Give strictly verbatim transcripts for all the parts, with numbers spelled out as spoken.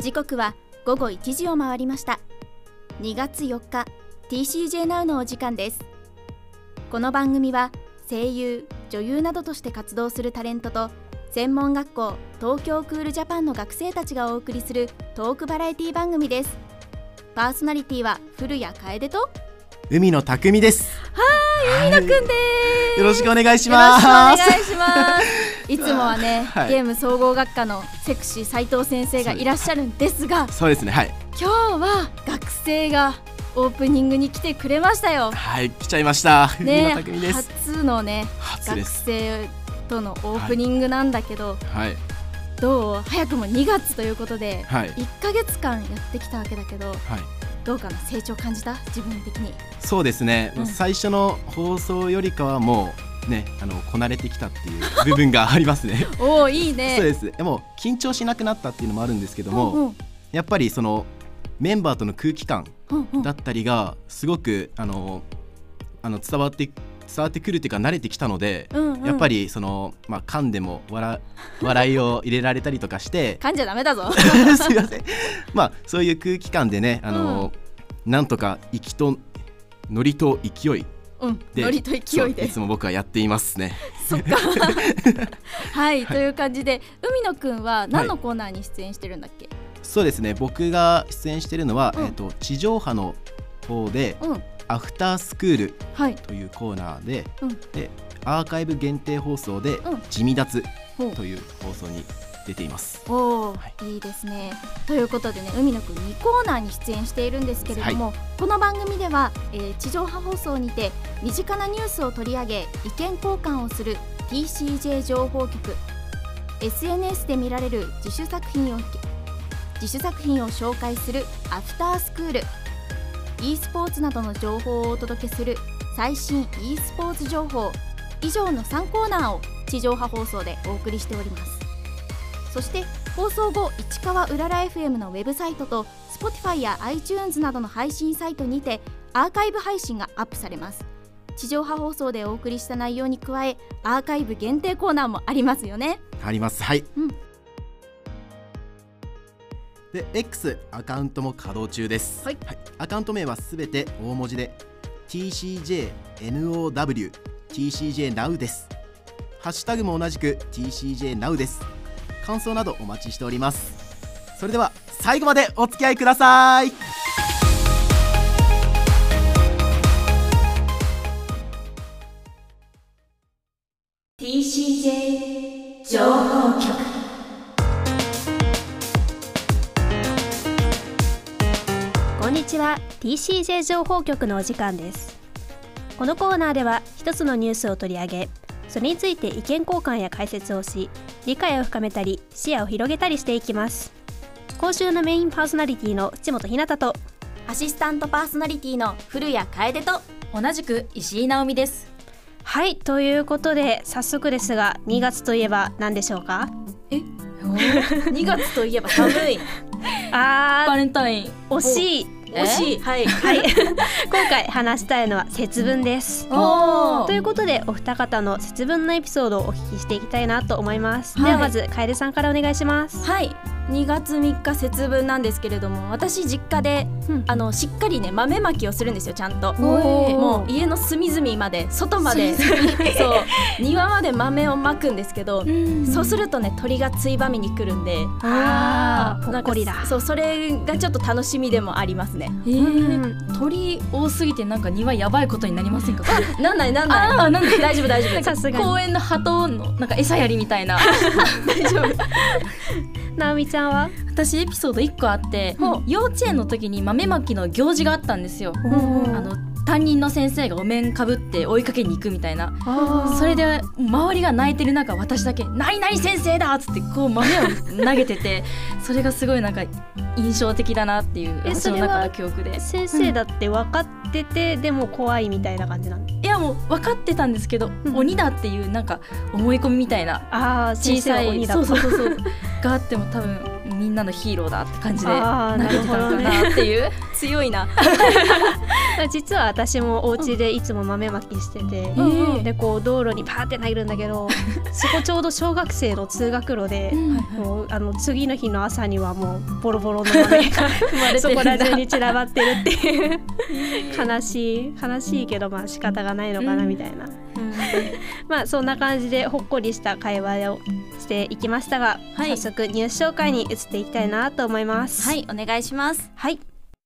時刻はごごいちじを回りました。にがつよっか ティーシージェー ナウのお時間です。この番組は声優、女優などとして活動するタレントと専門学校東京クールジャパンの学生たちがお送りするトークバラエティ番組です。パーソナリティは古谷楓と海野匠です。 はい、海野くんです。 よろしくお願いします。 よろしくお願いします。いつもはね、 はい、 ゲーム総合学科のセクシー斉藤先生がいらっしゃるんですが、 そうですね、はい、 今日は学生がオープニングに来てくれましたよ。 はい、来ちゃいました。 ね、 海野匠です。 初のね、学生とのオープニングなんだけど、 はい、 どう早くもにがつということで、 はい、 いっかげつかんやってきたわけだけど、 はい、 どうかな、成長感じた？自分的に。 そうですね、うん、最初の放送よりかはもうね、あのこなれてきたっていう部分がありますね。 おー、いいね。 そうです。でも緊張しなくなったっていうのもあるんですけども、うんうん、やっぱりそのメンバーとの空気感だったりがすごくあのあの伝わって伝わってくるっていうか慣れてきたので、うんうん、やっぱりその、まあ、噛んでも 笑, 笑いを入れられたりとかして噛んじゃダメだぞ。 すいません。まあそういう空気感でね、あの、うん、なんとか息とノリと勢いで、 うん、ノリと勢いでいつも僕はやっていますね。 そっかはい、はい、という感じで海野くんは何のコーナーに出演してるんだっけ？はい、 そうですね、僕が出演しているのは、うん、えーと、地上波の方で、うん、アフタースクールというコーナーで、はい、でアーカイブ限定放送で、うん、地味脱という放送に出ています。 おー、はい、いいですね。ということでね、海野くんにコーナーに出演しているんですけれども、はい、この番組では、えー、地上波放送にて身近なニュースを取り上げ意見交換をする ティーシージェー 情報局、 エスエヌエス で見られる自主作品を自主作品を紹介するアフタースクール、 e スポーツなどの情報をお届けする最新 e スポーツ情報、以上のさんコーナーを地上波放送でお送りしております。そして放送後、市川うらら エフエム のウェブサイトと Spotify や iTunes などの配信サイトにてアーカイブ配信がアップされます。地上波放送でお送りした内容に加え、アーカイブ限定コーナーもありますよね。 あります、はい、うん、で X アカウントも稼働中です、はいはい、アカウント名はすべて大文字で ティーシージェーノウ ティーシージェーナウ です。ハッシュタグも同じく ティーシージェーナウ です。感想などお待ちしております。それでは最後までお付き合いください。 ティーシージェー 情報局。 こんにちは、 ティーシージェー 情報局のお時間です。このコーナーでは一つのニュースを取り上げ、それについて意見交換や解説をし、理解を深めたり視野を広げたりしていきます。今週のメインパーソナリティの土本ひなたとアシスタントパーソナリティの古谷楓と同じく石井直美です。 はい、ということで早速ですが、にがつといえば何でしょうか？ えにがつといえば寒いあー、 バレンタイン惜しい惜しい、はい、 はい、今回話したいのは節分です。ということでお二方の節分のエピソードをお聞きしていきたいなと思います、はい、ではまず楓さんからお願いします。 はい、にがつみっか節分なんですけれども、私実家で、うん、あのしっかりね豆まきをするんですよ、ちゃんと。もう家の隅々まで外までそう庭まで豆をまくんですけど、そうするとね鳥がついばみに来るんで、 あー、ほっこりだ。 そう、それがちょっと楽しみでもありますね。 えー、鳥多すぎてなんか庭やばいことになりませんか？ なんないなんない、あ、なんない、大丈夫大丈夫。 さすがに公園の鳩のなんか餌やりみたいな大丈夫。 なおみちゃんは？ 私エピソードいっこあって、うん、幼稚園の時に豆まきの行事があったんですよ。あの担任の先生がお面かぶって追いかけに行くみたいな。それで周りが泣いてる中、私だけ何々先生だっつってこう豆を投げててそれがすごいなんか印象的だなっていう私の中の記憶で。 先生だって分かってて、うん、でも怖いみたいな感じなんで。 いやもう分かってたんですけど、うん、鬼だっていうなんか思い込みみたいな、 あ小さい鬼だそうそうそうそうがあっても多分みんなのヒーローだって感じで投げてたのかなっていう、ね、強いな実は私もお家でいつも豆まきしてて、うん、でこう道路にパーって投げるんだけどそこちょうど小学生の通学路で、うん、もうあの次の日の朝にはもうボロボロの豆がそこら中に散らばってるっていう悲しい悲しいけどまあ仕方がないのかなみたいな、うん、まあそんな感じでほっこりした会話をしていきましたが、はい、早速ニュース紹介に移っていきたいなと思います。 はい、お願いします。 はい、 テ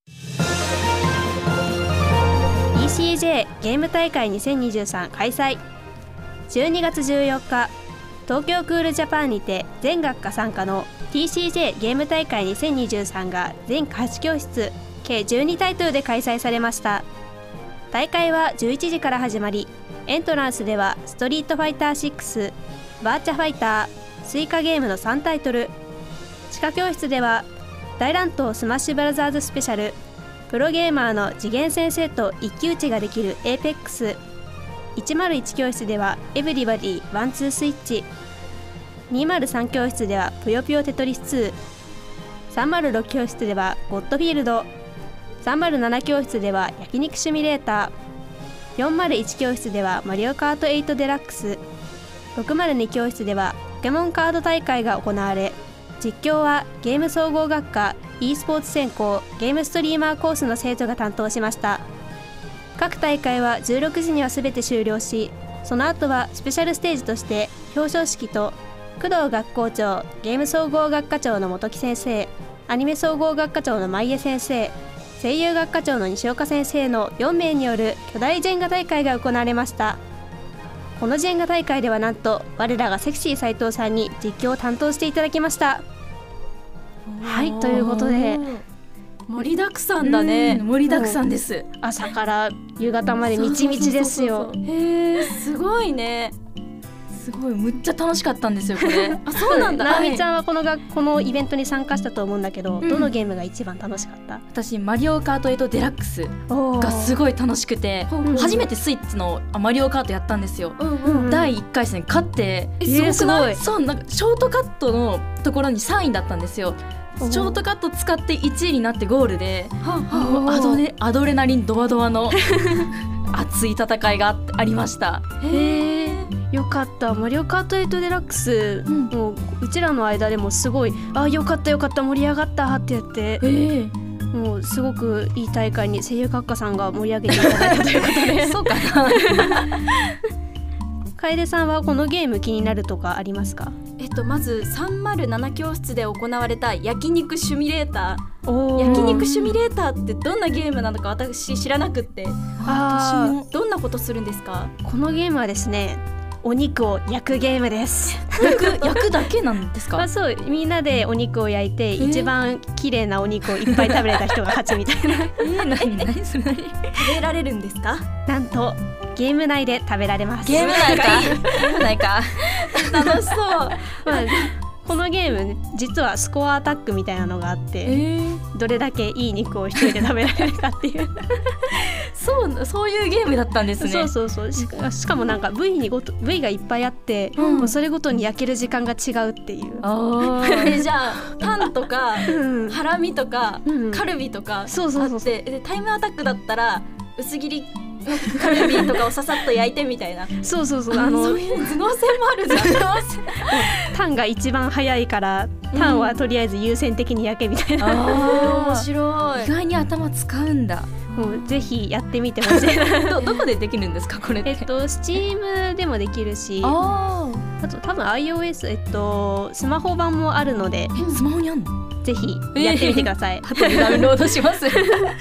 ィーシージェー ゲーム大会にせんにじゅうさん開催。じゅうにがつじゅうよっか、東京クールジャパンにて全学科参加の ティーシージェー ゲーム大会にせんにじゅうさんが全はち教室計じゅうにタイトルで開催されました。大会はじゅういちじから始まり、エントランスではストリートファイターシックス、バーチャファイター、スイカゲームのさんタイトル、地下教室では大乱闘スマッシュブラザーズスペシャル、プロゲーマーの次元先生と一騎打ちができるエーペックス、いちまるいち教室ではエブリバディワンツースイッチ、にまるさん教室ではぷよぷよテトリスツー、さんまるろく教室ではゴッドフィールド、さんまるなな教室では焼肉シミュレーター、よんまるいち教室ではマリオカートエイトデラックス、ろくまるに教室ではポケモンカード大会が行われ、実況はゲーム総合学科 e スポーツ専攻ゲームストリーマーコースの生徒が担当しました。各大会はじゅうろくじには全て終了し、その後はスペシャルステージとして表彰式と工藤学校長ゲーム総合学科長の本木先生、アニメ総合学科長の舞江先生、声優学科長の西岡先生のよんめいによる巨大ジェンガ大会が行われました。このジェンガ大会ではなんと我らがセクシー斉藤さんに実況を担当していただきました。はい、ということで盛りだくさんだね、 うん、盛りだくさんです。 朝から夕方までみちみちですよ。 へー、すごいね。 すごい、むっちゃ楽しかったんですよこれあ、そうなんだ。 なおみちゃんはこのがこのイベントに参加したと思うんだけど、うん、どのゲームが一番楽しかった？ 私マリオカートエイトデラックスがすごい楽しくて、初めてスイッチのマリオカートやったんですよ、うんうんうん、だいいっかい戦勝って、 えー、すごい。 そう、なんかショートカットのところにさんいだったんですよ。ショートカット使っていちいになってゴールで、アドレ、アドレナリンドワドワの熱い戦いがありました。 へー、よかった。マリオカートエイトデラックス、うん、もううちらの間でもすごい、あ、よかったよかった盛り上がったって言って、えー、もうすごくいい大会に声優学科さんが盛り上げていただいたということでそうかな楓さんはこのゲーム気になるとかありますか？ えっと、まずさんまるなな教室で行われた焼肉シミュレーター。焼肉シミュレーターってどんなゲームなのか私知らなくって、あ、私もどんなことするんですか？ このゲームはですね、お肉を焼くゲームです焼く、焼くだけなんですか？ まあ、そう、みんなでお肉を焼いて、えー、一番綺麗なお肉をいっぱい食べれた人が勝ちみたいなえー、何何それ食べられるんですか？ なんとゲーム内で食べられます。 ゲーム内かゲーム内か楽しそう、まあ、 このゲーム実はスコアアタックみたいなのがあって、えー、どれだけいい肉を一人で食べられるかっていうそう、そういうゲームだったんですね。 そうそうそう。 し, しかもなんか部位にごと部位がいっぱいあって、うん、もうそれごとに焼ける時間が違うっていう。 あえじゃあタンとか、うん、ハラミとか、うん、カルビとかあって、そうそうそうそう。でタイムアタックだったら薄切りカルビとかをささっと焼いてみたいなそうそうそう、 あのそういう頭脳戦もあるじゃんタンが一番早いからタンはとりあえず優先的に焼けみたいな、うん、 あ面白い。 意外に頭使うんだ。 もうぜひやってみてほしいど, どこでできるんですかこれって？ えっと Steam でもできるし、ああと多分 iOS、えっと、スマホ版もあるので、 スマホにあんの？ ぜひやってみてください、えー、 後でダウンロードします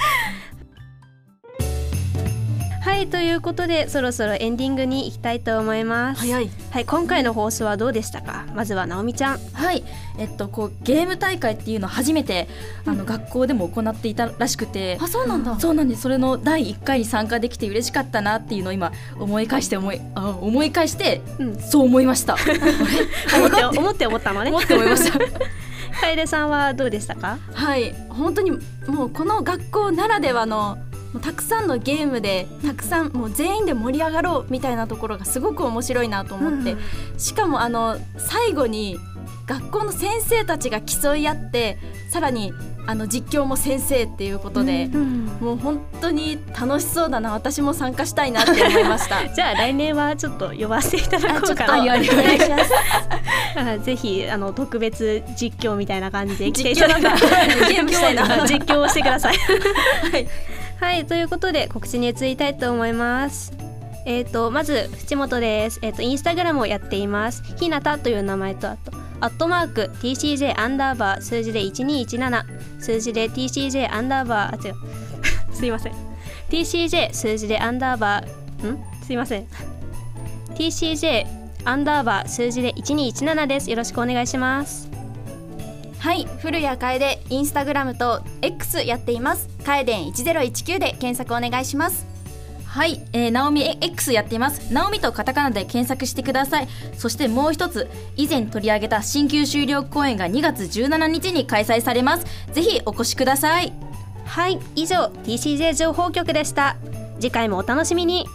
はい、ということでそろそろエンディングに行きたいと思います。 早い。 はい、今回の放送はどうでしたか？まずはなおみちゃん。 はい、えっとこうゲーム大会っていうのを初めて、うん、あの学校でも行っていたらしくて。 あ、そうなんだ。 そうなんです。それのだいいっかいに参加できて嬉しかったなっていうのを今思い返して思いあ思い返して、うん、そう思いました思って思って思ったのね思って思いました楓さんはどうでしたか？ はい、本当にもうこの学校ならではのもうたくさんのゲームでたくさんもう全員で盛り上がろうみたいなところがすごく面白いなと思って、うん、しかもあの最後に学校の先生たちが競い合ってさらにあの実況も先生っていうことで、うんうん、もう本当に楽しそうだな、私も参加したいなって思いましたじゃあ来年はちょっと呼ばせていただこうかな。 お願いしますぜひあの特別実況みたいな感じで来ていただくゲームしたいな実況をしてくださいはい、はい、ということで告知に移りたいと思います。えーとまず淵本です。えーとインスタグラムをやっています。ひなたという名前とあとアットマーク ティーシージェー アンダーバー数字でいちにいちなな数字で ティーシージェー アンダーバーあ違うすいません ティーシージェー 数字でアンダーバーんすいません ティーシージェー アンダーバー数字でいちにいちななです。よろしくお願いします。 はい、古谷楓インスタグラムと X やっています。カエデンいちぜろいちきゅうで検索お願いします。 はい、えー、ナオミ X やっています。ナオミとカタカナで検索してください。そしてもう一つ、以前取り上げた新旧修了公演がにがつじゅうしちにちに開催されます。ぜひお越しください。 はい、以上 ティーシージェー 情報局でした。次回もお楽しみに。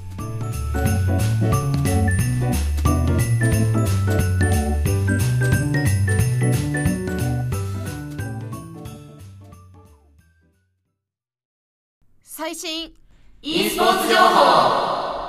最新e スポーツ情報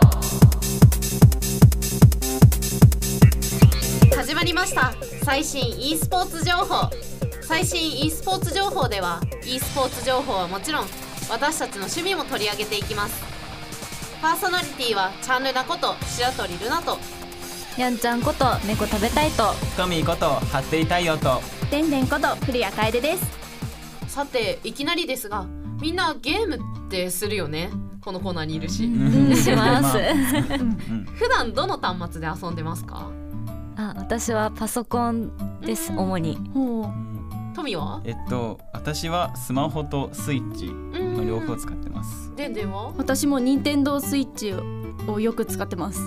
始まりました。最新 e スポーツ情報。最新 e スポーツ情報では e スポーツ情報はもちろん私たちの趣味も取り上げていきます。パーソナリティはチャンルナこと白鳥ルナとやんちゃんこと猫食べたいとトミーこと張っていたいよとでんでんこと古谷楓です。 さていきなりですが、みんなゲームってするよね。このコーナーにいるし、 うん、します普段どの端末で遊んでますか？ あ、私はパソコンです、主に。 トミは？ えっと私はスマホとスイッチの両方使ってます。 でんでんは？ 私も任天堂スイッチをよく使ってます。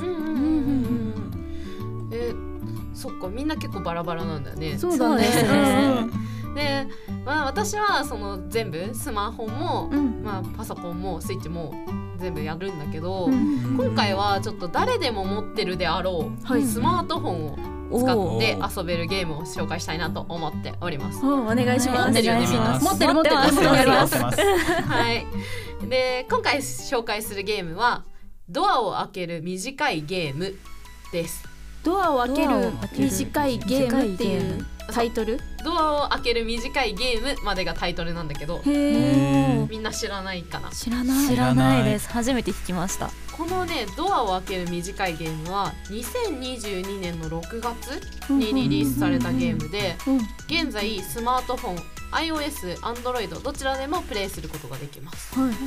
え、そっか、みんな結構バラバラなんだよね。 そうだね。 で、まあ、私はその全部スマホも、うんまあ、パソコンもスイッチも全部やるんだけど、うん、今回はちょっと誰でも持ってるであろう、はい、スマートフォンを使って遊べるゲームを紹介したいなと思っております。 お願いします。 持ってるよね、みんな。 持ってる持ってます。持ってます。 はい。で、今回紹介するゲームはドアを開ける短いゲームです。 ドアを開ける短いゲームっていうタイトル？ ドアを開ける短いゲームまでがタイトルなんだけど、へみんな知らないかな？ 知らない。 知らないです。初めて聞きました。 このね、ドアを開ける短いゲームはにせんにじゅうにねんのろくがつにリリースされたゲームで、現在スマートフォン、iOS、Android どちらでもプレイすることができます。はい、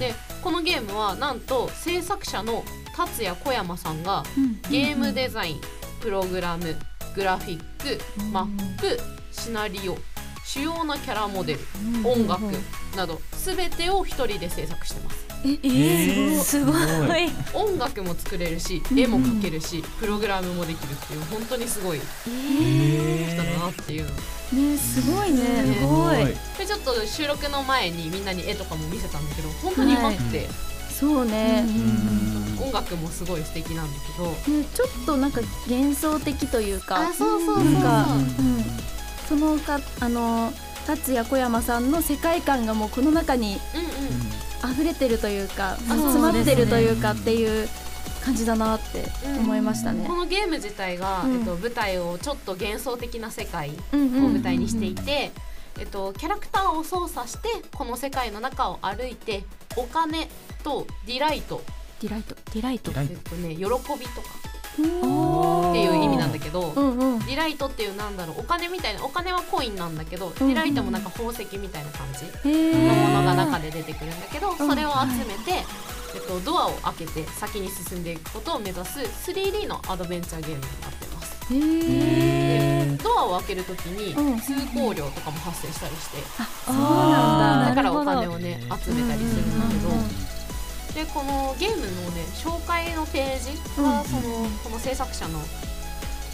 で、このゲームはなんと制作者の達也小山さんがゲームデザイン、プログラム、グラフィック、マップ、シナリオ、主要なキャラモデル、音楽など全てを一人で制作してます。 ええー、すごい。 音楽も作れるし、絵も描けるし、プログラムもできるっていう本当にすごい人だなっていうの。 ね、すごいね。 すごい。で、ちょっと収録の前にみんなに絵とかも見せたんだけど、本当にうまくて、はい、 そうね。 音楽もすごい素敵なんだけど、 ね、ちょっとなんか幻想的というか、 あ、そうそうそうそう、 なんか、うん、そのかあの達也小山さんの世界観がもうこの中に溢れてるというか、うんうん、詰まってるというかっていう感じだなって思いましたね。 うん、このゲーム自体が、うん、えっと、舞台をちょっと幻想的な世界を舞台にしていて、えっと、キャラクターを操作してこの世界の中を歩いて、お金とディライトディライトディライトえっとね、喜びとかっていう意味なんだけど、うんうん、ディライトっていう、なんだろう、お金みたいな、お金はコインなんだけど、うんうん、ディライトもなんか宝石みたいな感じのものが中で出てくるんだけど、それを集めて、えっと、ドアを開けて先に進んでいくことを目指す スリーディー のアドベンチャーゲームになってます。へー。で、ドアを開けるときに通行料とかも発生したりして、 あ、そうなんだ。 だからお金をね集めたりするんだけど、で、このゲームのね、紹介のページは、そのこの制作者の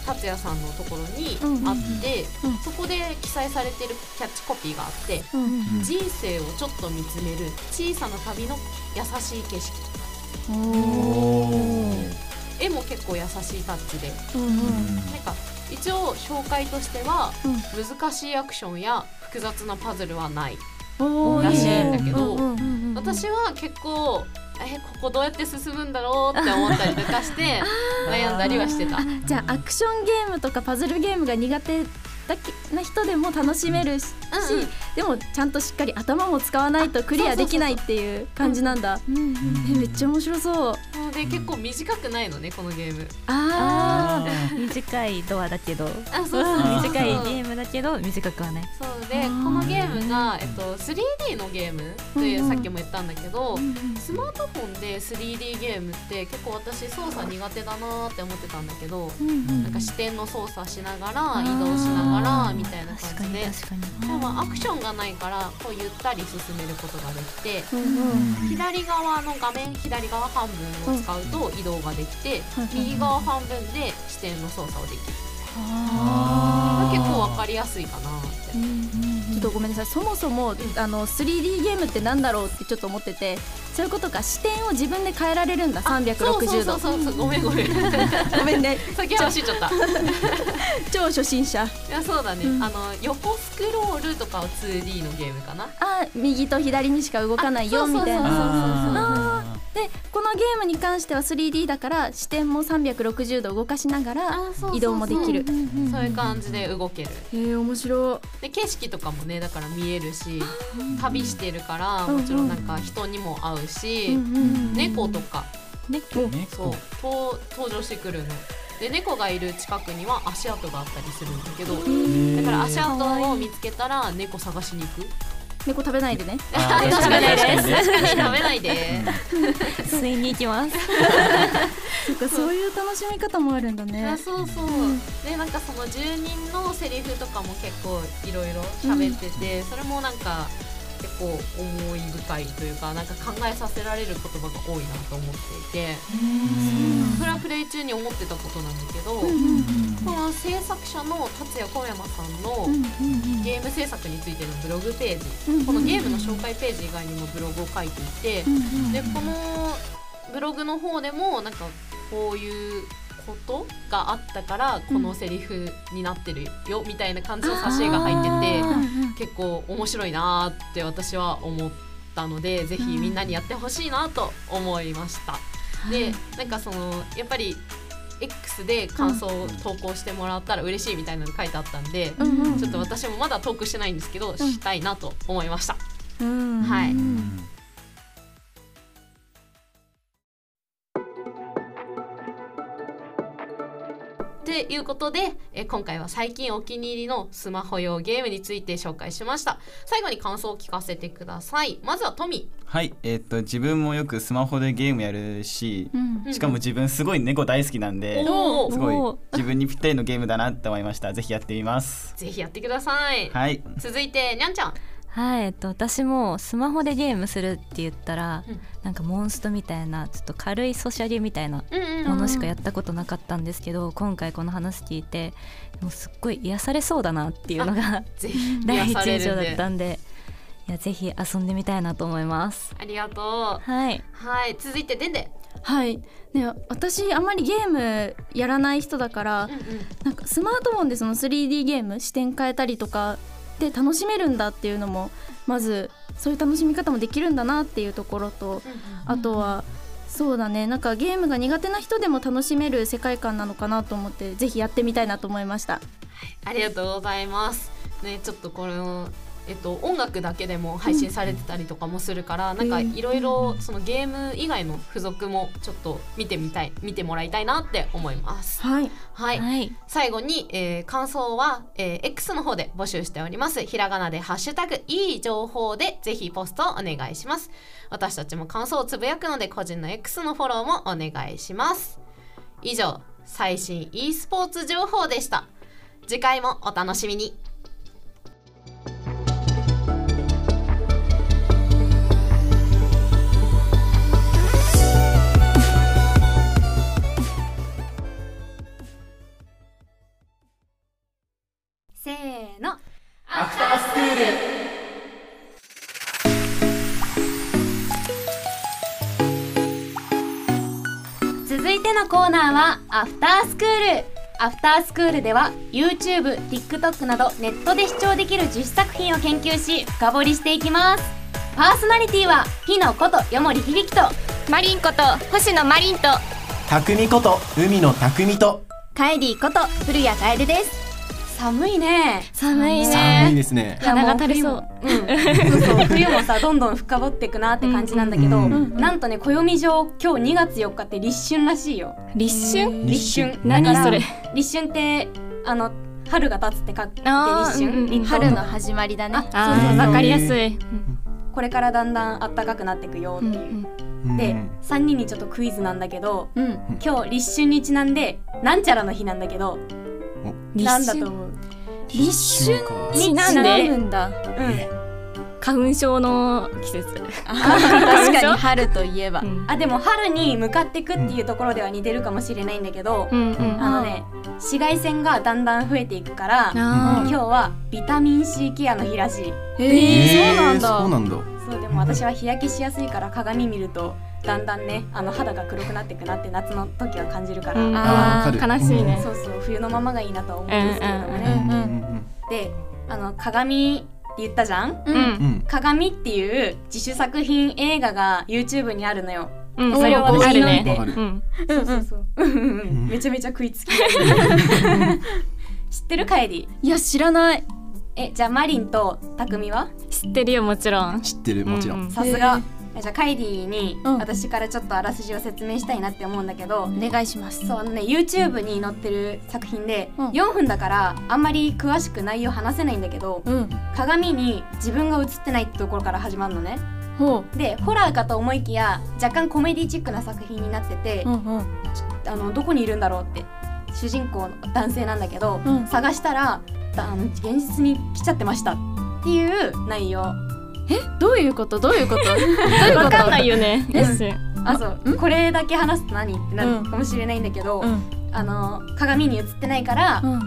達也さんのところにあって、うんうんうん、そこで記載されてるキャッチコピーがあって、うんうん、人生をちょっと見つめる小さな旅の優しい景色。お絵も結構優しいタッチで、うんうん、なんか一応紹介としては、うん、難しいアクションや複雑なパズルはないらしいんだけど、私は結構えここどうやって進むんだろうって思ったりとかして悩んだりはしてた。 じゃあアクションゲームとかパズルゲームが苦手だけな人でも楽しめるし、うんうん、でもちゃんとしっかり頭も使わないとクリアできないっていう感じなんだ。めっちゃ面白そう。 で結構短くないのねこのゲーム。 ああ短いドアだけどあそうそうそう短いゲームだけど短くはない。 そうでこのゲームが、えっと、スリーディー のゲームってさっきも言ったんだけど、うんうん、スマートフォンで スリーディー ゲームって結構私操作苦手だなって思ってたんだけど、うんうん、なんか視点の操作しながら移動しながらみたいな感じで、でもアクションがないからこうゆったり進めることができて、うんうん、左側の画面左側半分を使うと移動ができて、うん、右側半分で視点の操作をできる。あ結構わかりやすいかなって、うんうん、 ちょっとごめんなさい。そもそも、うん、あの スリーディー ゲームってなんだろうってちょっと思ってて、そういうことか。視点を自分で変えられるんだ。さんびゃくろくじゅうど。 そうそうそうそうごめんごめんごめんね先走っちゃった超初心者。 いやそうだね、うん、あの横スクロールとかは ツーディー のゲームかな。 あ右と左にしか動かないよみたいな。でこのゲームに関しては スリーディー だから視点もさんびゃくろくじゅうど動かしながら移動もできる。 そういう感じで動ける。 へー面白い。 で景色とかもねだから見えるし、旅してるからもちろんなんか人にも会うし、猫とか猫そうと登場してくるので、猫がいる近くには足跡があったりするんだけど、だから足跡を見つけたら猫探しに行く。 猫食べないでね。 確かに確かに食べないで吸いに行きますそっかそういう楽しみ方もあるんだね。 あそうそう、うん、でなんかその住人のセリフとかも結構いろいろ喋ってて、うん、それもなんか結構思い深いというかなんか考えさせられる言葉が多いなと思っていて、それはプレイ中に思ってたことなんだけど、この制作者の達也小山さんのゲーム制作についてのブログページ、このゲームの紹介ページ以外にもブログを書いていて、でこのブログの方でもなんかこういうことがあったからこのセリフになってるよみたいな感じの挿絵が入ってて、結構面白いなって私は思ったので、ぜひみんなにやってほしいなと思いました。でなんかそのやっぱり X で感想を投稿してもらったら嬉しいみたいなの書いてあったんで、ちょっと私もまだトークしてないんですけどしたいなと思いました。はい。ということでえ今回は最近お気に入りのスマホ用ゲームについて紹介しました。最後に感想を聞かせてください。まずはトミー。 はい、えー、っと自分もよくスマホでゲームやるし、うん、しかも自分すごい猫大好きなんで、うん、すごい自分にぴったりのゲームだなって思いました。ぜひやってみます。 ぜひやってください。 はい、 続いてにゃんちゃん。 はい、えっと、私もスマホでゲームするって言ったら、うん、なんかモンストみたいなちょっと軽いソシャゲみたいなものしかやったことなかったんですけど、今回この話聞いてもうすっごい癒されそうだなっていうのが第一印象だったんで、いやぜひ遊んでみたいなと思います。 ありがとう。 はい、 はい、続いてでんで。 はいね、私あんまりゲームやらない人だから、うんうん、なんかスマートフォンでその スリーディー ゲーム視点変えたりとかで楽しめるんだっていうのもまずそういう楽しみ方もできるんだなっていうところと、あとはそうだねなんかゲームが苦手な人でも楽しめる世界観なのかなと思ってぜひやってみたいなと思いました。はい、 ありがとうございますね。ちょっとこれのえっと、音楽だけでも配信されてたりとかもするから、うん、なんかいろいろそのゲーム以外の付属もちょっと見てみたい見てもらいたいなって思います。 はい、 はいはい、最後に、えー、感想は、えー、X の方で募集しております。ひらがなでハッシュタグいい情報でぜひポストお願いします。私たちも感想をつぶやくので個人の X のフォローもお願いします。以上最新 e スポーツ情報でした。次回もお楽しみに。 ーの、 アフタースクール。続いてのコーナーはアフタースクール。アフタースクールでは YouTube、TikTok などネットで視聴できる自主作品を研究し深掘りしていきます。パーソナリティはピノことよもり響とマリンこと星野マリンと匠こと海野匠とカエリーこと古谷楓です。 寒いね。 寒いね。 寒いですね。 鼻が垂れそう。 うん、そうそう冬もさどんどん深掘っていくなって感じなんだけど、うんうん、なんとね暦上今日にがつよっかって立春らしいよ。 立春？ 立春。 何それ？ 立春ってあの春が経つって書くって立春、 うんうん、春の始まりだね。 あ、そうそう、わかりやすい。 これからだんだん暖かくなっていくよっていう。うんうん、でさんにんにちょっとクイズなんだけど、うん、今日立春にちなんでなんちゃらの日なんだけど、なんだと思う？ 立春にちなんでるんだ。 うん、 花粉症の季節。 確かに春といえば、うん、 あでも春に向かっていくっていうところでは似てるかもしれないんだけど、うんうん、あのね紫外線がだんだん増えていくから、今日はビタミン C ケアの日らしい。 えー、そうなんだ。 そうなんだ。 そうでも私は日焼けしやすいから鏡見るとだんだんねあの肌が黒くなっていくなって夏の時は感じるから、うん、 あー悲しいね。 そうそう冬のままがいいなとは思うんですけれどもね、うんうんうん、であの鏡って言ったじゃん、うん、鏡っていう自主作品映画が YouTube にあるのよ、うん、それを私見て、うん、そうそうそうめちゃめちゃ食いつき知ってる？カエリ。 いや知らない。 えじゃあマリンとタクミは？ 知ってるよもちろん。 知ってるもちろん。 さすが。じゃあカイリーに私からちょっとあらすじを説明したいなって思うんだけど、 お願いします。 そうあのね YouTube に載ってる作品で、うん、よんぷんだからあんまり詳しく内容話せないんだけど、うん、鏡に自分が映ってないってところから始まるのね。ほうでホラーかと思いきや若干コメディチックな作品になってて、うんうん、あのどこにいるんだろうって主人公の男性なんだけど、うん、探したらあの現実に来ちゃってましたっていう内容。 えどういうことどういうことわかんないよね。 あそうこれだけ話すと何ってなるかもしれないんだけど、うん、あの鏡に映ってないから、うん、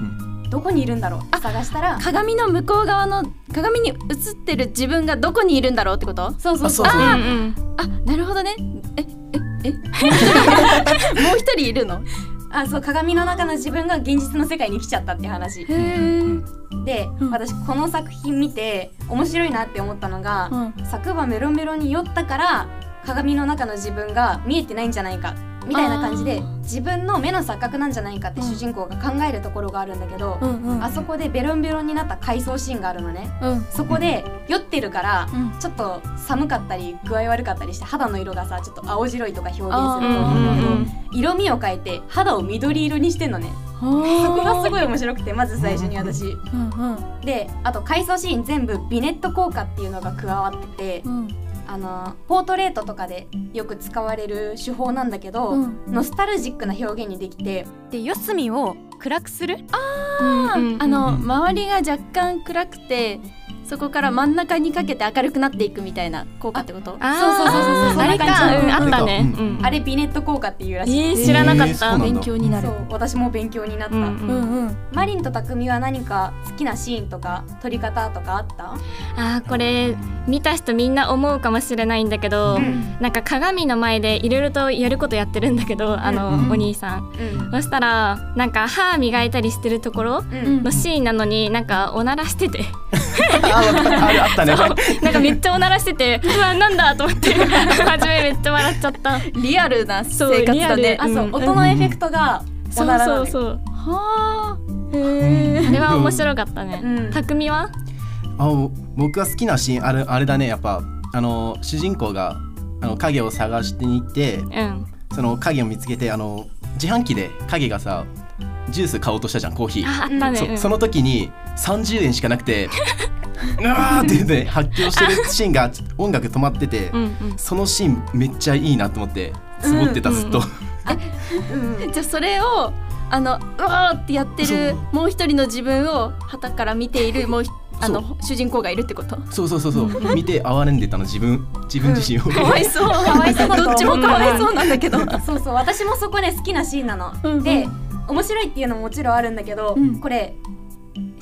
どこにいるんだろう探したら鏡の向こう側の鏡に映ってる自分がどこにいるんだろうってこと？ そうそうそう。 ああ、うんうん、あなるほどね。えええもう一人いるの？ あそう鏡の中の自分が現実の世界に来ちゃったっていう話。へーで、うん、私この作品見て面白いなって思ったのが、うん、昨晩メロメロに酔ったから鏡の中の自分が見えてないんじゃないかみたいな感じで自分の目の錯覚なんじゃないかって主人公が考えるところがあるんだけど、うんうんうん、あそこでベロンベロンになった回想シーンがあるのね、うん、そこで酔ってるから、うん、ちょっと寒かったり具合悪かったりして肌の色がさちょっと青白いとか表現すると思うんだけど、うんうん、色味を変えて肌を緑色にしてんのね。そこがすごい面白くてまず最初に私、うんうん、であと回想シーン全部ビネット効果っていうのが加わってて、うんあのポートレートとかでよく使われる手法なんだけど、うん、ノスタルジックな表現にできてで四隅を暗くするあ、うんうん、あの周りが若干暗くてそこから真ん中にかけて明るくなっていくみたいな効果ってこと？ あそうそうそうそうあれか、うん、あったね、 うん、あれビネット効果っていうらしい、 えー、知らなかった、 えー、勉強になる。 そう私も勉強になった、うんうんうん、マリンとタクミは何か好きなシーンとか撮り方とかあった？ あーこれ見た人みんな思うかもしれないんだけど、うん、なんか鏡の前でいろいろとやることやってるんだけどあの、うん、お兄さん、うん、そしたらなんか歯磨いたりしてるところのシーンなのになんかおならしててあ, あ, あったねなんかめっちゃおならしててうわなんだと思って初めめっちゃ笑っちゃった。 リアルな生活だね。 あそう音のエフェクトがおならなのよ。そうそうそうはーへーあれは面白かったね、うん、匠はあ僕が好きなシーンあれ、あれだねやっぱあの主人公があの影を探してに行って、うん、その影を見つけてあの自販機で影がさジュース買おうとしたじゃんコーヒー。 ああったね、 そ, その時にさんじゅうえんしかなくてうわーって、ね、発狂してるシーンが音楽止まっててうん、うん、そのシーンめっちゃいいなと思ってつぼってた、うん、ずっと、 うんうん、じゃあそれをあのうわーってやってるもう一人の自分を旗から見ているもうあの主人公がいるってこと？ そうそうそうそう見て哀れんでたの自分自分自身を、うん、 かわいそうかわいそうどっちもかわいそうなんだけどそうそう私もそこで好きなシーンなの、うんうん、で面白いっていうのももちろんあるんだけど、うん、これ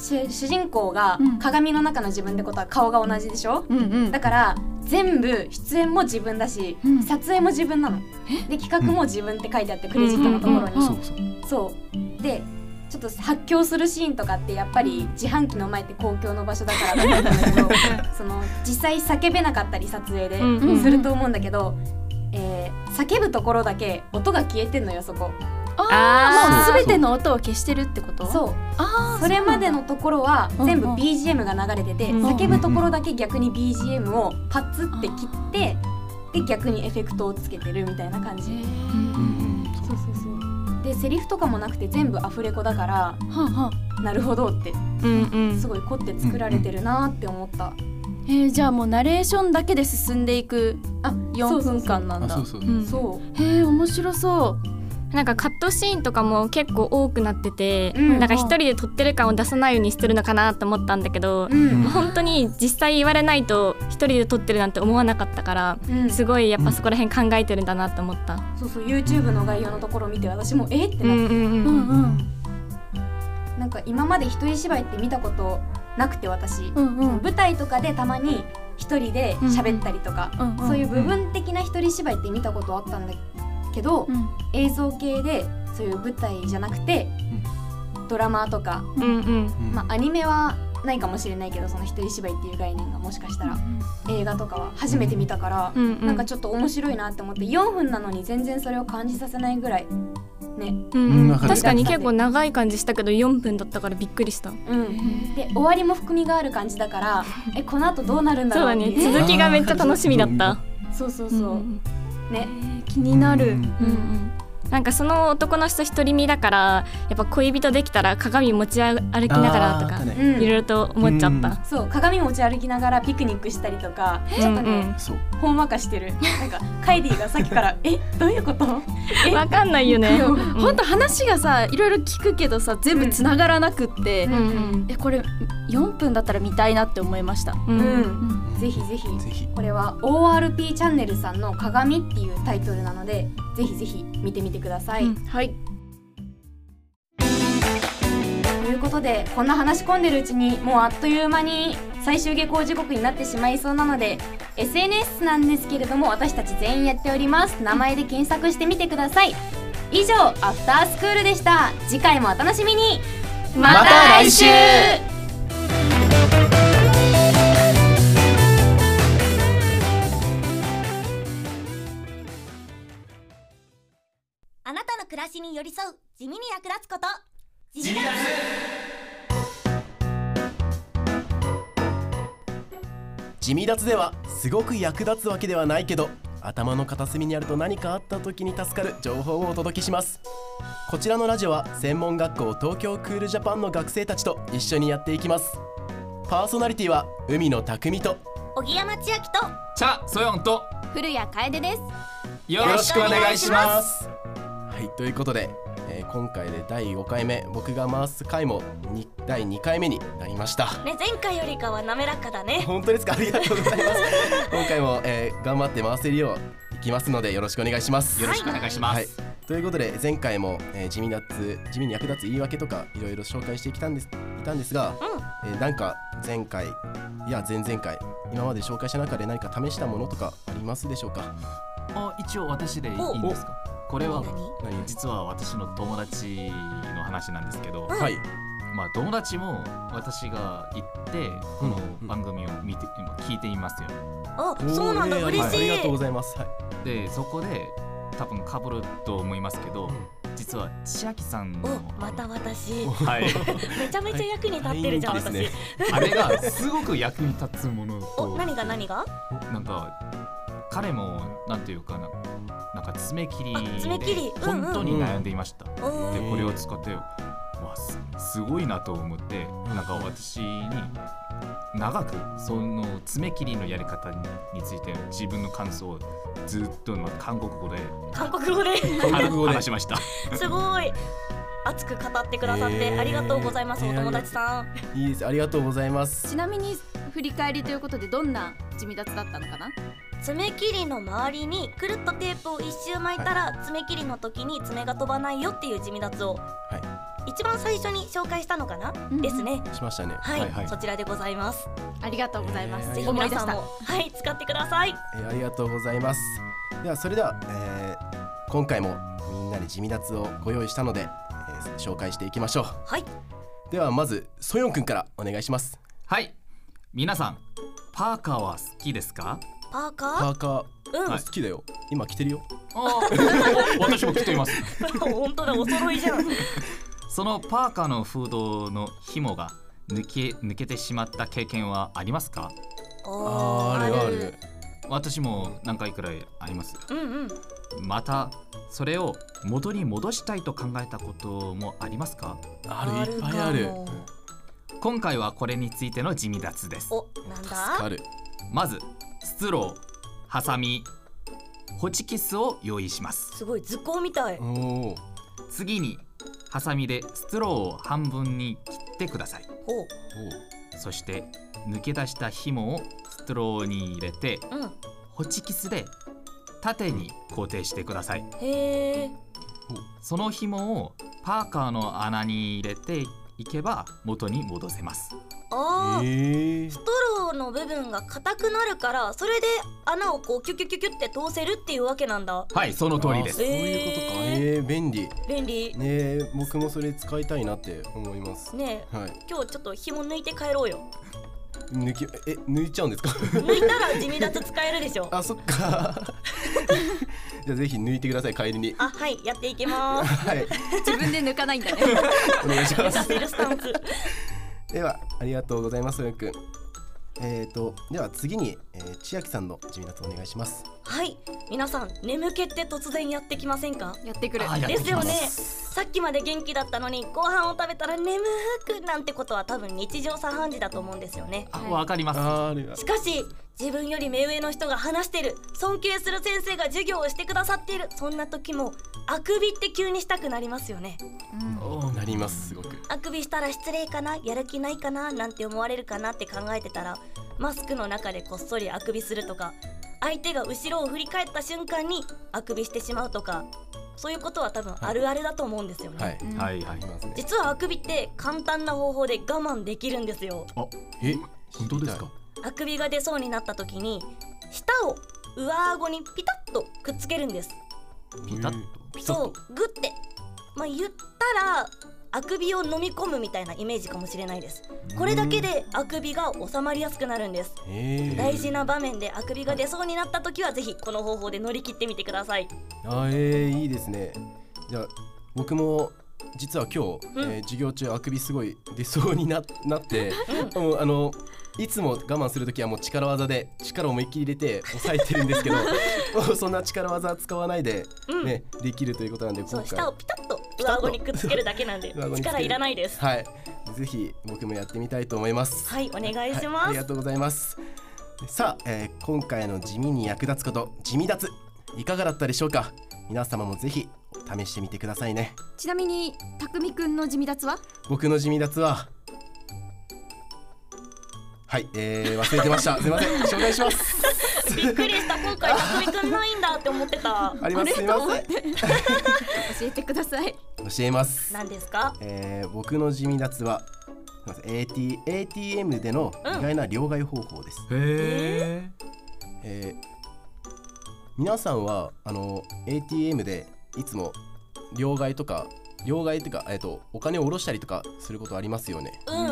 主人公が鏡の中の自分ってことは顔が同じでしょ、うんうん、だから全部出演も自分だし、うん、撮影も自分なので企画も自分って書いてあってクレジットのところに、うんうんうん、そうでちょっと発狂するシーンとかってやっぱり自販機の前って公共の場所だからだったんだけどその実際叫べなかったり撮影ですると思うんだけど、えー、叫ぶところだけ音が消えてんのよそこ。 ああもう全ての音を消してるってこと？ そうあそれまでのところは全部 ビージーエム が流れてて、うんうん、叫ぶところだけ逆に ビージーエム をパッツって切ってで逆にエフェクトをつけてるみたいな感じ。そうそうそうでセリフとかもなくて全部アフレコだから、はあはあ、なるほどって、うんうん、すごい凝って作られてるなって思った、うんうん、えー、じゃあもうナレーションだけで進んでいくよんぷんかんなんだ。そうへえ面白そう。 なんかカットシーンとかも結構多くなってて、うん、なんか一人で撮ってる感を出さないようにしてるのかなと思ったんだけど、うん、本当に実際言われないと一人で撮ってるなんて思わなかったから、うん、すごいやっぱそこら辺考えてるんだなと思った、うん、 そうそう YouTube の概要のところを見て私もえってなって、うんうんうんうん、なんか今まで一人芝居って見たことなくて私、うんうん、舞台とかでたまに一人で喋ったりとか、うんうん、そういう部分的な一人芝居って見たことあったんだけど、うん、映像系でそういう舞台じゃなくて、うん、ドラマとか、うんうんまあ、アニメはないかもしれないけどその一人芝居っていう概念がもしかしたら、うん、映画とかは初めて見たから、うんうん、なんかちょっと面白いなって思ってよんぷんなのに全然それを感じさせないぐらいね、 うんうん、確かに結構長い感じしたけどよんぷんだったからびっくりした、うん、 で終わりも含みがある感じだからえこの後どうなるんだろうっていうそうだね続きがめっちゃ楽しみだったそうそうそう、うんね、 気になる、うんうんうんなんかその男の人独り身だからやっぱ恋人できたら鏡持ち歩きながらとか、ね、いろいろと思っちゃった、うん、 そう鏡持ち歩きながらピクニックしたりとかちょっとね、うん、ほんわかしてるなんかカイディがさっきからえどういうことわかんないよねほんと話がさいろいろ聞くけどさ全部つながらなくって、うんうん、えこれよんぷんだったら見たいなって思いました、うんうんうん、ぜひぜひぜひこれは オーアールピー チャンネルさんの鏡っていうタイトルなのでぜひぜひ見てみてください、うん、はいということでこんな話し込んでるうちにもうあっという間に最終下校時刻になってしまいそうなので エスエヌエス なんですけれども私たち全員やっております名前で検索してみてください以上アフタースクールでした次回もお楽しみにまた来週あなたの暮らしに寄り添う地味に役立つこと地味地味脱ではすごく役立つわけではないけど頭の片隅にあると何かあった時に助かる情報をお届けします。こちらのラジオは専門学校東京クールジャパンの学生たちと一緒にやっていきます。パーソナリティは海野匠と荻山千秋と茶ソヨンと古谷楓です。 よろしくお願いします。 はい、ということで、えー、今回でだいごかいめ僕が回す回もだいにかいめになりました、 ね、前回よりかは滑らかだね。 本当ですか、ありがとうございます今回も、えー、頑張って回せるよういきますのでよろしくお願いします。 よろしくお願いします、はい、 ということで前回も、えー、地味なつ地味に役立つ言い訳とかいろいろ紹介してきたんですいたんですが、うんえー、なんか前回いや前々回今まで紹介した中で何か試したものとかありますでしょうか。 あ、一応私でいいんですか。これは実は私の友達の話なんですけど、はい、まあ友達も私が行ってこの番組を見て、うん、聞いていますよ。 あ、そうなんだ、嬉しい。 ありがとうございます。はい、 でそこで多分被ると思いますけど、うん、実は千秋さんのまた私、 はい、 めちゃめちゃ役に立ってるじゃん、はい、 ね、あれがすごく役に立つものとお、何が何がなんか彼もなんていうかな、なんか爪切りで本当に悩んでいました、うんうん、でこれを使ってわ す, すごいなと思って、なんか私に長くその爪切りのやり方 に, について自分の感想をずっと韓国語で韓国語で話しましたすごい熱く語ってくださってありがとうございます、えー、お友達さん。いいです、ありがとうございます。 ちなみに振り返りということでどんな地味脱だったのかな。 爪切りの周りにくるっとテープを一周巻いたら、はい、爪切りの時に爪が飛ばないよっていう地味脱を一番最初に紹介したのかな、うん、ですね。 しましたね。 はい、はいはい、そちらでございます。 ありがとうございます。えー、 ぜひ皆さんもはい使ってください。 えー、ありがとうございます。ではそれでは、えー、今回もみんなで地味脱をご用意したので、えー、紹介していきましょう。 はい。 ではまずソヨンくんからお願いします。 はい。皆さんパーカーは好きですか？ パーカー？ パーカー、 うん、 好きだよ。今着てるよ。 あ私も着ています。 本当だ、お揃いじゃん。 そのパーカーのフードの紐が抜け抜けてしまった経験はありますか？ ああるある。 私も何回くらいあります。 うんうん。 またそれを元に戻したいと考えたこともありますか？ ある、いっぱいある。 今回はこれについての地味脱です。 お、なんだ？ 助かる。 まずストロー、ハサミ、ホチキスを用意します。 すごい図工みたい。 お次にハサミでストローを半分に切ってください。 ほう。 そして抜け出した紐をストローに入れて、 うん、 ホチキスで縦に固定してください。 へー。 その紐をパーカーの穴に入れていけば元に戻せます。 あー、ストローの部分が硬くなるからそれで穴をこうキュキュキュキュって通せるっていうわけなんだ。 はい、その通りです。 そういうことか。えー、便利便利ねえ、僕もそれ使いたいなって思いますねえ、 はい、 今日ちょっと紐抜いて帰ろうよ。 抜きえ抜いちゃうんですか？ 抜いたら地味脱使えるでしょ。 あ、そっか。じゃあぜひ抜いてください、帰りに。 あ、はい、やっていきます。 はい、 自分で抜かないんだね。 お願いします。 抜かせるスタンス。 ではありがとうございます、そよくん。えーとでは次に、えー、千秋さんの地味脱お願いします。 はい、皆さん眠気って突然やってきませんか？ やってくるですよね。さっきまで元気だったのにご飯を食べたら眠くなんてことは多分日常茶飯事だと思うんですよね。 あ、わかります。 あー、 しかし自分より目上の人が話してる、尊敬する先生が授業をしてくださっている、そんな時もあくびって急にしたくなりますよね。 うん、なります、すごく。 あくびしたら失礼かな、やる気ないかななんて思われるかなって考えてたら、マスクの中でこっそりあくびするとか、相手が後ろを振り返った瞬間にあくびしてしまうとか、そういうことは多分あるあるだと思うんですよね。 はいはいはい、 実はあくびって簡単な方法で我慢できるんですよ。 あ、え、本当ですか？ あくびが出そうになった時に舌を上顎にピタッとくっつけるんです。 ピタッと？ そう、グッて、まあ、言ったらあくびを飲み込むみたいなイメージかもしれないです。これだけであくびが収まりやすくなるんです。大事な場面であくびが出そうになった時はぜひこの方法で乗り切ってみてください。 あ、えー、いいですね。じゃあ僕も実は今日、うん、えー、授業中あくびすごい出そうに な, なって、うん、もうあのいつも我慢するときはもう力技で力を思いっきり入れて抑えてるんですけどそんな力技使わないで、ね、うん、できるということなんで、今回そう、舌をピタッと上顎にくっつけるだけなんで力いらないです。 はい、ぜひ僕もやってみたいと思います。 はい、お願いします。 はい、ありがとうございます。さあ、えー、今回の地味に役立つこと地味脱いかがだったでしょうか？皆様もぜひ試してみてくださいね。 ちなみにたくみくんの地味脱は？ 僕の地味脱ははい、えー、忘れてました。すいません、紹介します。 びっくりした。今回たくみくんないんだって思ってた。 あります。すいません。教えてください。 教えます。 何ですか？ えー、僕の地味脱は エーティー、エーティーエム での意外な両替方法です。 うん、へー、 えー、皆さんはあの エーティーエム でいつも両替とか両替っていうか、えっと、お金を下ろしたりとかすることありますよね。 うんうんうん、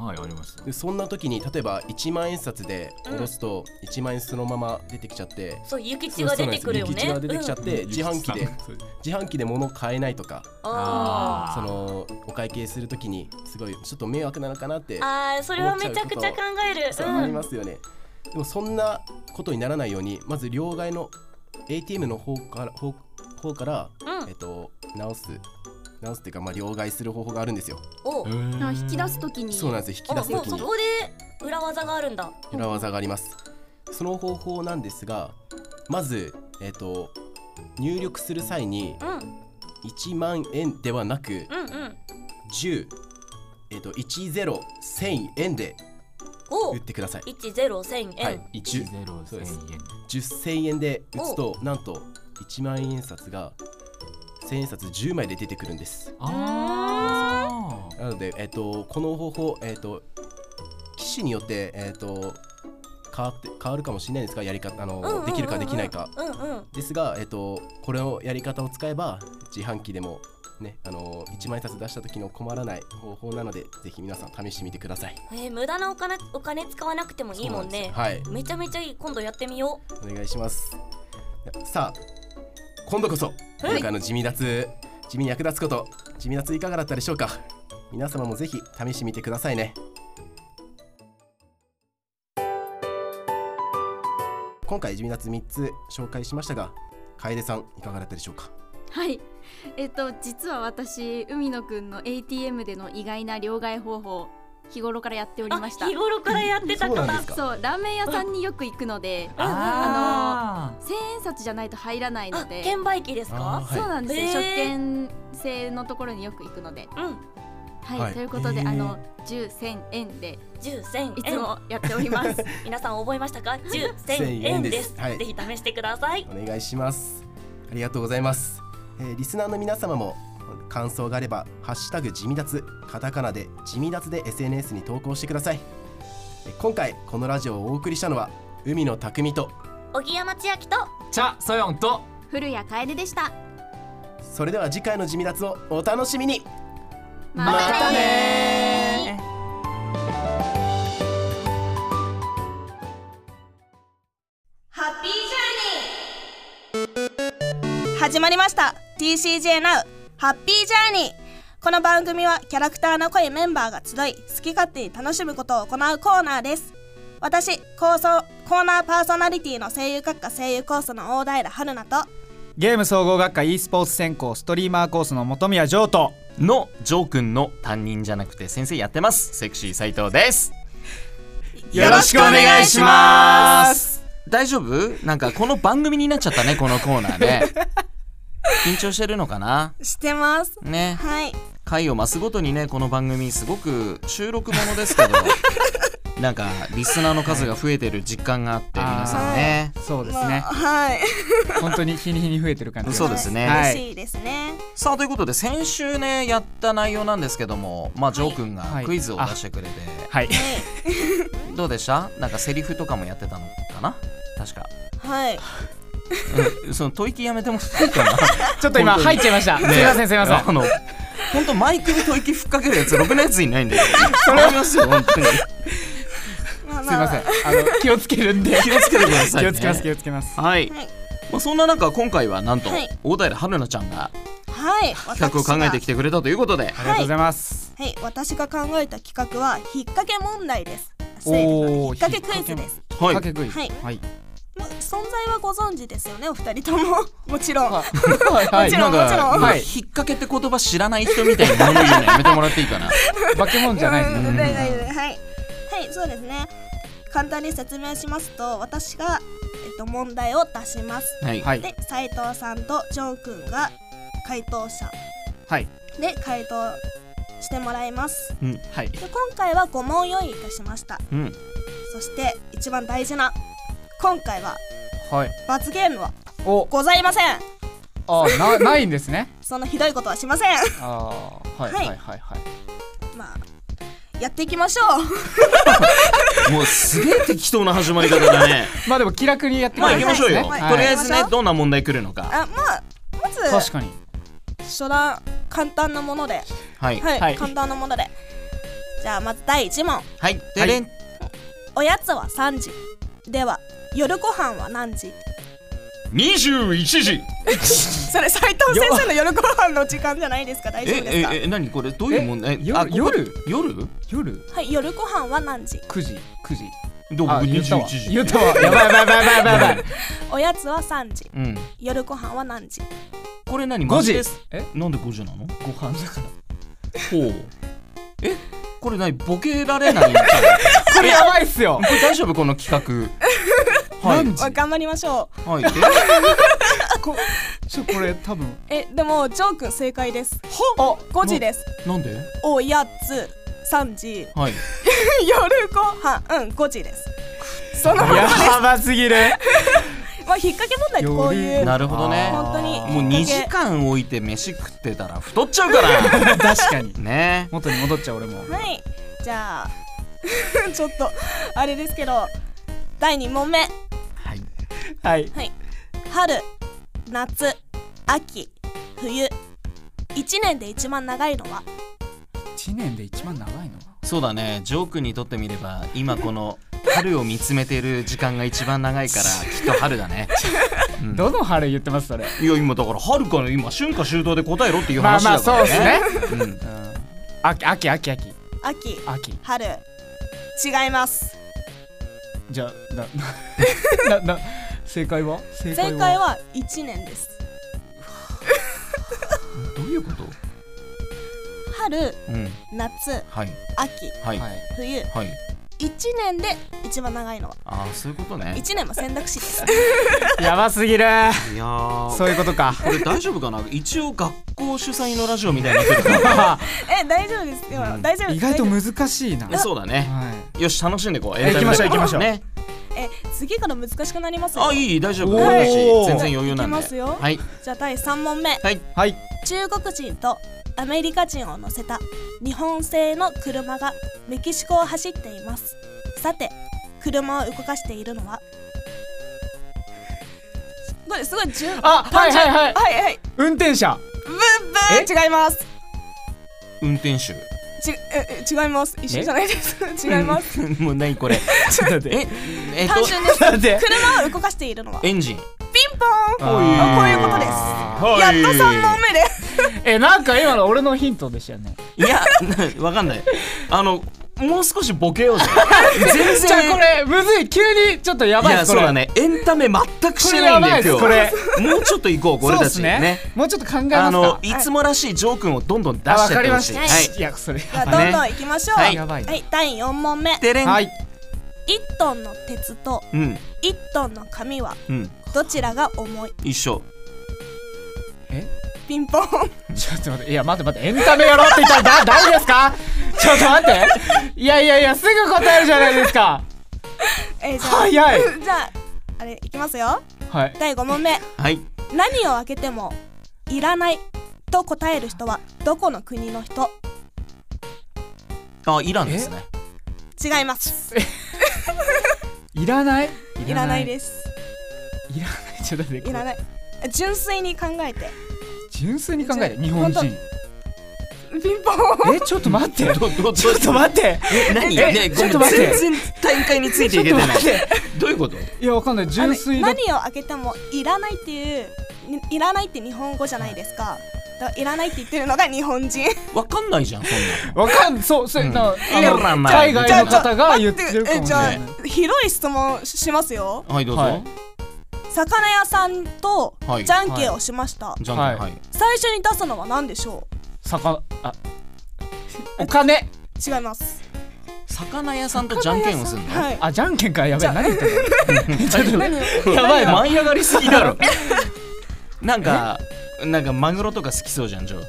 はい、あります。 でそんな時に例えばいちまん円札で下ろすといちまん円そのまま出てきちゃって、 うん、そう、諭吉が出てくるよね。 諭吉が出てきちゃって、うん、自販機で自販機で物買えないとか、あそのお会計する時にすごいちょっと迷惑なのかなって思っちゃうこと。 あー、それはめちゃくちゃ考える。 そう、ありますよね。でもそんなことにならないように、まず両替の エーティーエム の方から方方から、うん、えっと直す直すっていうか、まあ、両替する方法があるんですよ。 お、 引き出すときに。 そうなんですよ、引き出すときに。 そこで裏技があるんだ。 裏技があります。その方法なんですが、まず、えーと、入力する際に、うん、いちまん円ではなく、うんうん、じゅう、えーと、いちぜろせんえんで打ってください。 いちぜろせんえん、はい、 いちぜろせんえん、 じゅっせんえんで打つと、なんといちまん円札が千円札じゅうまいで出てくるんです。あなので、えー、とこの方法、えー、と機種によって、えー、と変わって変わるかもしれないんですが、やり方あの、うんうんうんうん、できるかできないか、うんうん、ですが、えー、とこれのやり方を使えば自販機でもね、あのいちまん円札出した時の困らない方法なので、ぜひ皆さん試してみてください。 えー、無駄なお金、お金使わなくてもいいもんね。はい、めちゃめちゃいい。今度やってみよう。お願いします。さあ今度こそ今回の地味脱、地味に役立つこと、地味脱いかがだったでしょうか。皆様もぜひ試してみてくださいね。今回地味脱みっつ紹介しましたが、楓さんいかがだったでしょうか。 はい、えっと実は私海野くんの エーティーエム での意外な両替方法日頃からやっておりました。 日頃からやってたかな。 そう、ラーメン屋さんによく行くのであの千円札じゃないと入らないので。 券売機ですか。 そうなんですよ、食券制のところによく行くので、うんはい、はい、ということであのじゅう、せんえんでじゅう、せんえんいつもやっております皆さん覚えましたか。じゅう、せんえんです、はい、ぜひ試してください。 お願いします。ありがとうございます。えー、リスナーの皆様も感想があればハッシュタグ地味脱、カタカナで地味脱で エスエヌエス に投稿してください。今回このラジオをお送りしたのは海野匠と荻山千秋と茶ソヨンと古谷楓でした。 それでは次回の地味脱をお楽しみに。 またねー。 ハッピージャーニー始まりました。 ティーシージェー ナウ ハッピージャーニー。この番組はキャラクターの濃いメンバーが集い好き勝手に楽しむことを行うコーナーです。私コーソコーナーパーソナリティの声優学科声優コースの大平春菜とゲーム総合学科 e スポーツ専攻ストリーマーコースの本宮譲とのジョー君の担任じゃなくて先生やってますセクシー斉藤です。 よろしくお願いします。 大丈夫？なんかこの番組になっちゃったねこのコーナーね緊張してるのかな。 してますね。 はい。 回を増すごとにねこの番組すごく収録ものですけどなんかリスナーの数が増えてる実感があって皆さんね、 はい、そうですね、 まあ、はい本当に日に日に増えてる感じ。 そうですね、 はい、嬉しいですね。 さあということで先週ねやった内容なんですけども、まあジョー君がクイズを出してくれて、 はい、はい、 どうでした？なんかセリフとかもやってたのかな確か。 はいうん、その吐息やめてもいいかなちょっと今入っちゃいました、ね、すいませんすいません。 あの本当マイクに吐息ふっかけるやつろくのやついないんでそれありますよ本当にすいません、あの気をつけるんで気をつけてください、ね、 気をつけます気をつけます。 はい、はい、まあ、そんな中今回はなんと、はい、大平春菜ちゃんがはい企画を考えてきてくれたということで、はい、 ありがとうございます。 はい、私が考えた企画は引っ掛け問題です。引っ掛けクイズです。 引っ掛けクイズ、 はい、 はい、 存在はご存知ですよねお二人とももちろん、 はい、もちろんもちろん、はい、引っ掛けって言葉知らない人みたいに物言うのやめてもらっていいかな化け物じゃないですね、 うん、はいはいはいそうですね。簡単に説明しますと私が、えっと、問題を出します、はい、で斉藤さんとジョー君が回答者、 はい、 で回答してもらいます、 うん、はい、 で今回はご問用意いたしました、うん、そして一番大事な今回は、はい、罰ゲームはございません。 あな, ないんですねそんなひどいことはしません。 あ、はい、はいはいはいはい。 まあやっていきましょうもうすげえ適当な始まり方だねまあでも気楽にやっていきまあ行きましょうよ、はい、とりあえずねどんな問題来るのか。 あ、まあまず確かに初段簡単なもので、 はい、 はいはい、簡単なものでじゃあまずだいいち問。 はいでれん、はい、 おやつはさんじでは夜ご飯は何時？ にじゅういちじそれ斉藤先生の夜ご飯の時間じゃないですか。大丈夫ですか？ えええ何これどういう問題？ 夜夜夜夜はい夜ご飯は何時？ くじくじどこにじゅういちじ言ったわやばいやばいやばいやばいやばいおやつはさんじ、うん、夜ご飯は何時？ これ何ごじです。えなんでごじなの？ ご飯だからほうえこれ何ボケられないこれやばいっすよ。 これ大丈夫この企画はい、頑張りましょう。 はい。 こ, ちょこれ多分えでもジョー君正解です。はごじです。 な, なんで？ おやつさんじ。 はい。 夜ご飯うんごじです。 そのままです。やばすぎる。 もまあ引っ掛け問題ってこういうなるほどね。 本当にもうにじかん置いて飯食ってたら太っちゃうから確かにね。 元に戻っちゃう俺も。 はいじゃあちょっとあれですけどだいに問目。はいはい、 はい、春夏秋冬いちねんで一番長いのは？ いちねんで一番長いのはそうだね。ジョー君にとってみれば今この春を見つめている時間が一番長いからきっと春だね、 うん、どの春言ってますそれ？ いや今だから春かね。今春夏秋冬で答えろっていう話だからね。まあまあそうですね、うん、 秋秋秋秋秋秋春違います。 じゃあななな正解は正解は正解はいちねんです。 どういうこと？ 春、 うん、 夏、 はい、 秋、はい、冬、はい、いちねんで一番長いのは？ ああそういうことね。 いちねんも選択肢ですやばすぎる。いやそういうことか。 これ大丈夫かな。一応学校主催のラジオみたいになってるからえ大丈夫ですよ、うん、大丈夫。 意外と難しいな。 そうだね、はい、よし楽しんでいこう。 行きましょう行きましょうね。え次から難しくなりますよ。 あいい大丈夫。私全然余裕なんで。 いきますよ。 はい。 じゃあだいさん問目。 はいはい。 中国人とアメリカ人を乗せた日本製の車がメキシコを走っています。さて車を動かしているのは？これすごい順。 あはいはいはいはいはい。 運転者。 ブンブン違います。 運転手。 ちえ違います。一緒じゃないです。違います。 もう何これ。 ちょっと待って。 ええっと単純です。車を動かしているのは？ エンジン。 ピンポーン。こういうことです。やっとさん問目で。 えなんか今の俺のヒントでしたよね。 いやわかんない。あのもう少しボケようぜ。全然。 じゃあこれむずい。急にちょっとやばい。 いやそうだね。エンタメ全くしてないんだよ今日。 これもうちょっと行こうこれたちね。 もうちょっと考えますか。 あのいつもらしいジョー君をどんどん出してってほしい。 はい。いやそれ。 じゃあどんどん行きましょう。 はい。 はいだいよん問目。 はい。 いちトンの鉄といちトンの紙はどちらが重い？ 一緒。 え？ ピンポン。 ちょっと待って。いや待って待って。エンタメやろうって言ったらだ誰ですか？ちょっと待って。いやいやいやすぐ答えるじゃないですか。 えじゃあ早い。 じゃああれいきますよ。 はい。 だいご問目。 はい。 何を開けてもいらないと答える人はどこの国の人？ あイランですね。 違います。 いらない？ いらないです。 いらないちょっと待って。 いらない。純粋に考えて。 純粋に考えて日本人。 ピンポン。 えちょっと待って。ちょっと待って。 え何？ねちょっと待って。全然大会についていけてない。どういうこと？ いやわかんない。純粋な。何を開けてもいらないっていういらないって日本語じゃないですか。だからいらないって言ってるのが日本人。 わかんないじゃんそんな。 わかんそうそうな海外の方が言ってるかもしれない。 広い質問しますよ。 はいどうぞ。 魚屋さんとじゃんけんをしました。 じゃんけんはい。 最初に出すのは何でしょう？ 魚あお金。 違います。 魚屋さんとじゃんけんをするの？ あじゃんけんかやべえ何言ってんの？ちょっとやばい舞い上がりすぎだろ。なんかなんかマグロとか好きそうじゃんジョ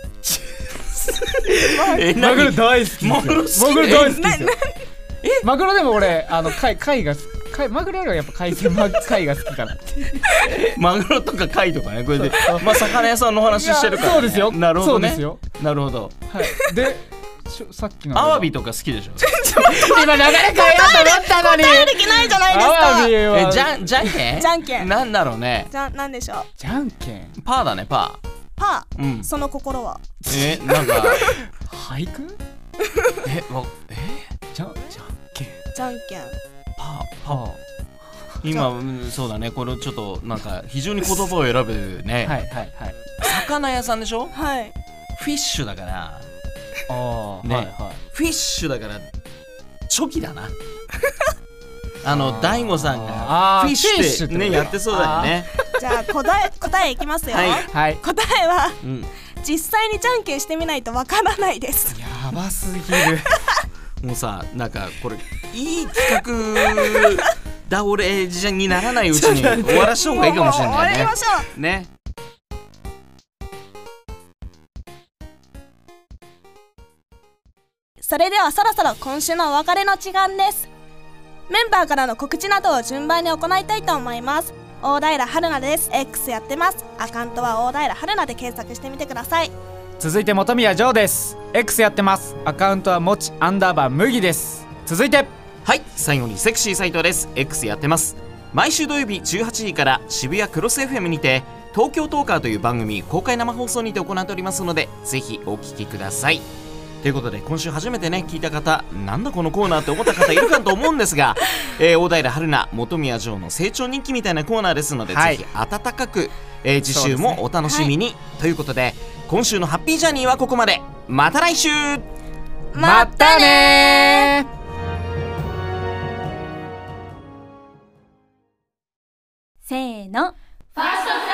ー。 マグロ大好き。 マグロ好き。 マグロ大好きですよ。えマグロでも俺あの貝貝が貝マグロよりはやっぱ海鮮貝が好きかな。 マグロとか貝とかねこれでまあ魚屋さんの話してるから。 そうですよ。 なるほどね。 そうですよ。 なるほど。 はいでさっきのアワビとか好きでしょ。 今流れ変えようと思ったのに。 答える気ないじゃないですか。 えじゃんじゃんけん？ じゃんけん。 なんだろうね。 じゃんなんでしょう。 じゃんけん。 パーだねパー。 パー。 うん。 その心は。 えなんか俳句？ えわえじゃんじゃんけん。 じゃんけん。 パーパー。今そうだねこれちょっとなんか非常に言葉を選べるね。 はいはいはい。 魚屋さんでしょ？ はい。 フィッシュだから。 ああ、 ね、 はいはい、 フィッシュだからチョキだな。あの大悟さんがフィッシュってねやってそうだよね。 じゃあ答え答えいきますよ。 はい、はい、 答えは、うん、実際にじゃんけんしてみないとわからないです。 やばすぎる。 もうさなんかこれいい企画倒れじゃにならないうちに終わらした方がいいかもしれないね。 終わりましょうね。 それではそろそろ今週のお別れの時間です。メンバーからの告知などを順番に行いたいと思います。 大平春菜です。 X やってます。アカウントは大平春菜で検索してみてください。 続いて本宮ジョーです。 X やってます。アカウントはもちアンダーバー麦です。続いてはい、最後にセクシー斉藤です。 X やってます。毎週土曜日じゅうはちじから渋谷クロス エフエム にて東京トーカーという番組公開生放送にて行っておりますので、ぜひお聞きください。ということで今週初めてね聞いた方、なんだこのコーナーって思った方いるかと思うんですが、えー、大平春菜本宮ジョーの成長日記みたいなコーナーですので、はい、ぜひ温かく、えー、次週もお楽しみに、ね、はい、ということで今週のハッピージャーニーはここまで。また来週。 またねー。 せーの、ファーストフラ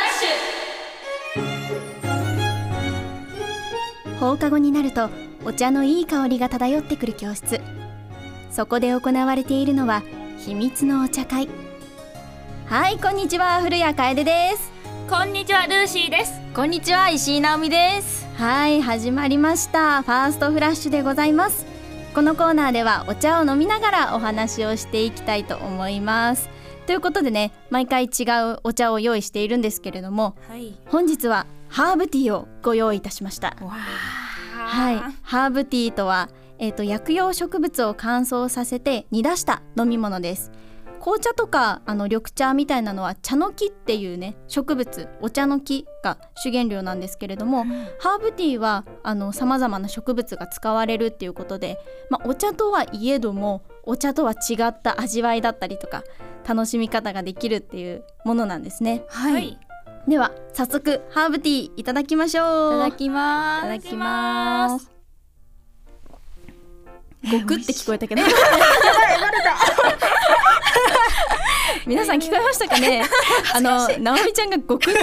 ッシュ。放課後になるとお茶のいい香りが漂ってくる教室。そこで行われているのは秘密のお茶会。はい、こんにちは、古谷楓です。 こんにちは、ルーシーです。 こんにちは、石井直美です。 はい、始まりましたファーストフラッシュでございます。このコーナーではお茶を飲みながらお話をしていきたいと思います。ということでね、毎回違うお茶を用意しているんですけれども、はい、本日はハーブティーをご用意いたしました。はい、ハーブティーとは、えーと、薬用植物を乾燥させて煮出した飲み物です。紅茶とかあの緑茶みたいなのは茶の木っていうね植物、お茶の木が主原料なんですけれども、うん、ハーブティーはさまざまな植物が使われるっていうことで、まあ、お茶とはいえどもお茶とは違った味わいだったりとか楽しみ方ができるっていうものなんですね。はい、では早速ハーブティーいただきましょう。 いただきます。 いただきます。ゴクって聞こえたけどやばい、バレた皆さん聞こえましたかね。あの直美ちゃんがゴクって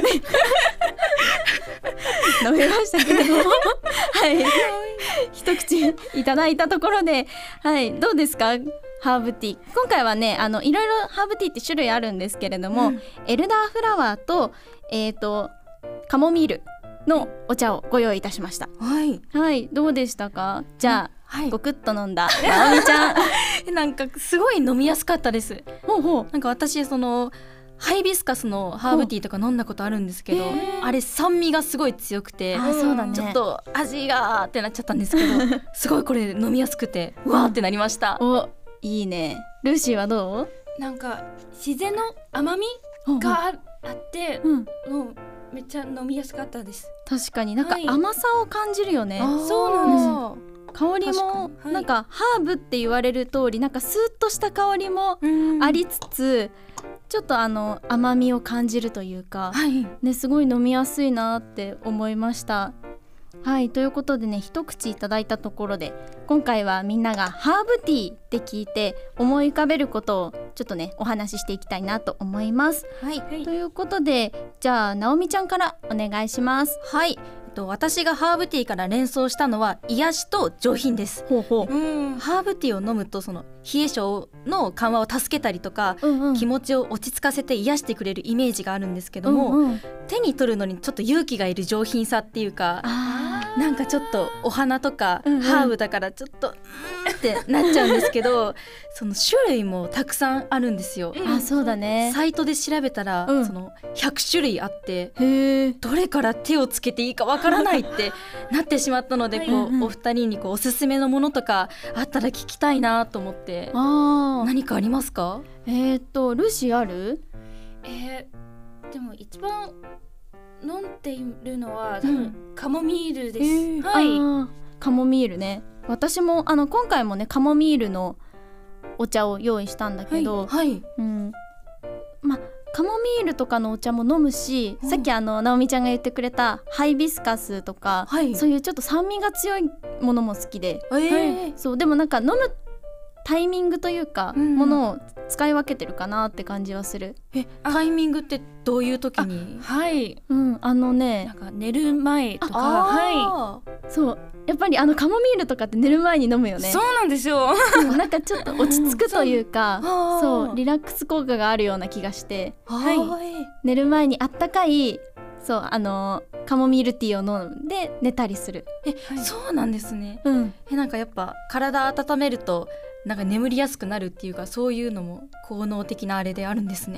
飲みましたけどもはい一口いただいたところで、はい、どうですかハーブティー。今回はねあのいろいろハーブティーって種類あるんですけれども、うん、エルダーフラワーとえーとカモミールのお茶をご用意いたしました。はい、はい、どうでしたか。じゃあ、はい、ごくっと飲んだ直美ちゃんなんかすごい飲みやすかったです。ほうほう。なんか私そのハイビスカスのハーブティーとか飲んだことあるんですけど、あれ酸味がすごい強くて、あ、そうだね、ちょっと味がってなっちゃったんですけどすごいこれ飲みやすくてうわーってなりました。 お、いいね。ルーシーはどう。なんか自然の甘みがあって、うん、もうめっちゃ飲みやすかったです。 確かになんか甘さを感じるよね。 はい、そうなんですよ。 香りもなんかハーブって言われる通りなんかスーッとした香りもありつつ、ちょっとあの甘みを感じるというか、はい、ね、すごい飲みやすいなって思いました。はい、ということでね、一口いただいたところで今回はみんながハーブティーって聞いて思い浮かべることをちょっとねお話ししていきたいなと思います。はい、ということでじゃあ直美ちゃんからお願いします。 はい、私がハーブティーから連想したのは癒しと上品です。ほうほう。うん、ハーブティーを飲むとその冷え性の緩和を助けたりとか、うんうん、気持ちを落ち着かせて癒してくれるイメージがあるんですけども、うんうん、手に取るのにちょっと勇気がいる上品さっていうか、なんかちょっとお花とかハーブだからちょっと、うんうん、ってなっちゃうんですけどその種類もたくさんあるんですよ。 あ、そうだね。 サイトで調べたら、うん、そのひゃく種類あって、へー、どれから手をつけていいかわからないってなってしまったので、こう、うんうん、お二人にこうおすすめのものとかあったら聞きたいなと思って。あ、何かありますか。 えー、っとルシーある。 えー、でも一番飲んでいるのは多分、うん、カモミールです。えー、はい。 カモミールね。私もあの今回もねカモミールのお茶を用意したんだけど、はいはい、うん、ま、カモミールとかのお茶も飲むし、うん、さっきあの直美ちゃんが言ってくれたハイビスカスとか、はい、そういうちょっと酸味が強いものも好きで、えーはい、そうでもなんか飲むタイミングというか、うん、ものを使い分けてるかなって感じはする。 え、タイミングってどういう時に。 はい、 うん、あのね、 なんか寝る前とか、はい、 そうやっぱりあのカモミールとかって寝る前に飲むよね。 そうなんですよなんかちょっと落ち着くというか、そう、そうリラックス効果があるような気がして、はい、寝る前にあったかいそうあのカモミールティーを飲んで寝たりする。 え、はい、そうなんですね。うん、え、なんかやっぱ体温めるとなんか眠りやすくなるっていうか、そういうのも効能的なあれであるんですね。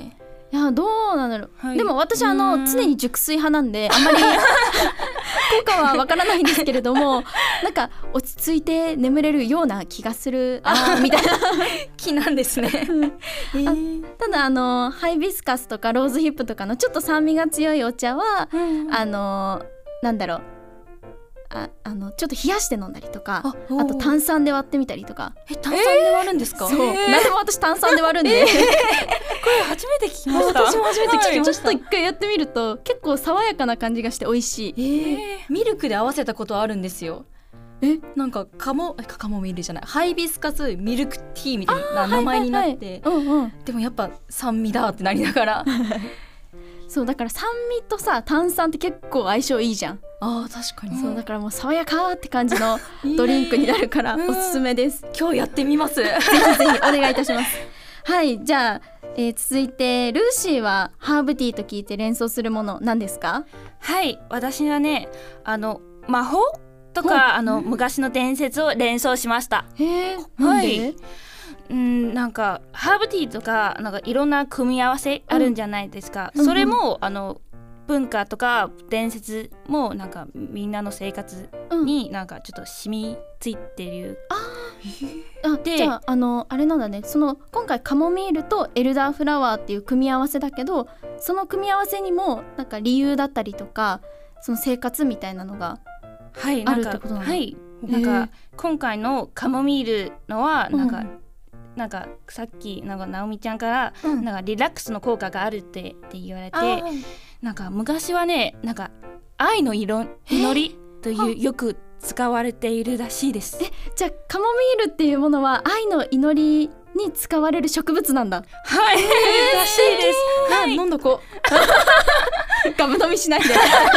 いやどうなんだろう、はい、でも私あの常に熟睡派なんであんまり効果はわからないんですけれどもなんか落ち着いて眠れるような気がするあみたいな気なんですね、 えー、ただあのハイビスカスとかローズヒップとかのちょっと酸味が強いお茶は、うん、あのなんだろうあ, あのちょっと冷やして飲んだりとか あ, あと炭酸で割ってみたりとか。 え炭酸で割るんですか？ そう、何でも私炭酸で割るんで、えー、これ初めて聞きました。 私も初めて聞きました、はい、ちょっと一回やってみると結構爽やかな感じがして美味しい、えー、ミルクで合わせたことあるんですよ。えなんかカモカモミールじゃないハイビスカスミルクティーみたいな名前になって、はいはいはいうんうん、でもやっぱ酸味だってなりながらそうだから酸味とさ炭酸って結構相性いいじゃん。 あー確かにそうだからもう爽やかって感じのドリンクになるからおすすめです。 今日やってみますぜひぜひお願いいたしますはいじゃあ、えー、続いてルーシーはハーブティーと聞いて連想するもの何ですか？ はい私はねあの魔法とかあの昔の伝説を連想しました。 へーなんで？はいうんなんかハーブティーとかなんかいろんな組み合わせあるんじゃないですか、うん、それも、うん、あの文化とか伝説もなんかみんなの生活になんかちょっと染みついてる、 うん、あでじゃあ、あのあれなんだねその今回カモミールとエルダーフラワーっていう組み合わせだけどその組み合わせにもなんか理由だったりとかその生活みたいなのがあるってことなの？ はいなんか今回のカモミールのはなんか、うんなんかさっきなんか直美ちゃんから、うん、なんかリラックスの効果があるって、って言われてなんか昔はねなんか愛の祈りというよく使われているらしいです。 えじゃあカモミールっていうものは愛の祈りに使われる植物なんだ。 はい、えー、らしいです、 はい、飲んどこガブ飲みしないで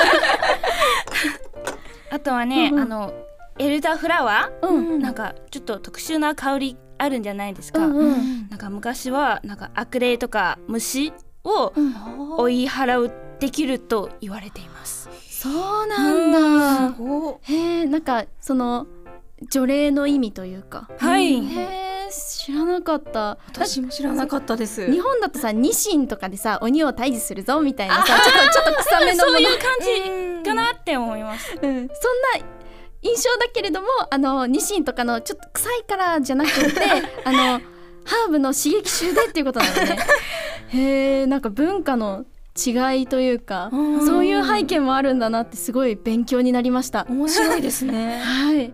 あとはね、うんうん、あのエルダーフラワー、 うんうん、 なんかちょっと特殊な香りあるんじゃないですか、うんうん、なんか昔はなんか悪霊とか虫を追い払うできると言われています、 うん、そうなんだ、うん、へえなんかその除霊の意味というかはいへえ知らなかった。 私も知らなかったです。 日本だとさニシンとかでさ鬼を退治するぞみたいなさちょっとちょっと臭めのものそういう感じかなって思います、 うん、そんな印象だけれどもあのニシンとかのちょっと臭いからじゃなくてあのハーブの刺激臭でっていうことなのねへえなんか文化の違いというかそういう背景もあるんだなってすごい勉強になりました。 面白いですねはい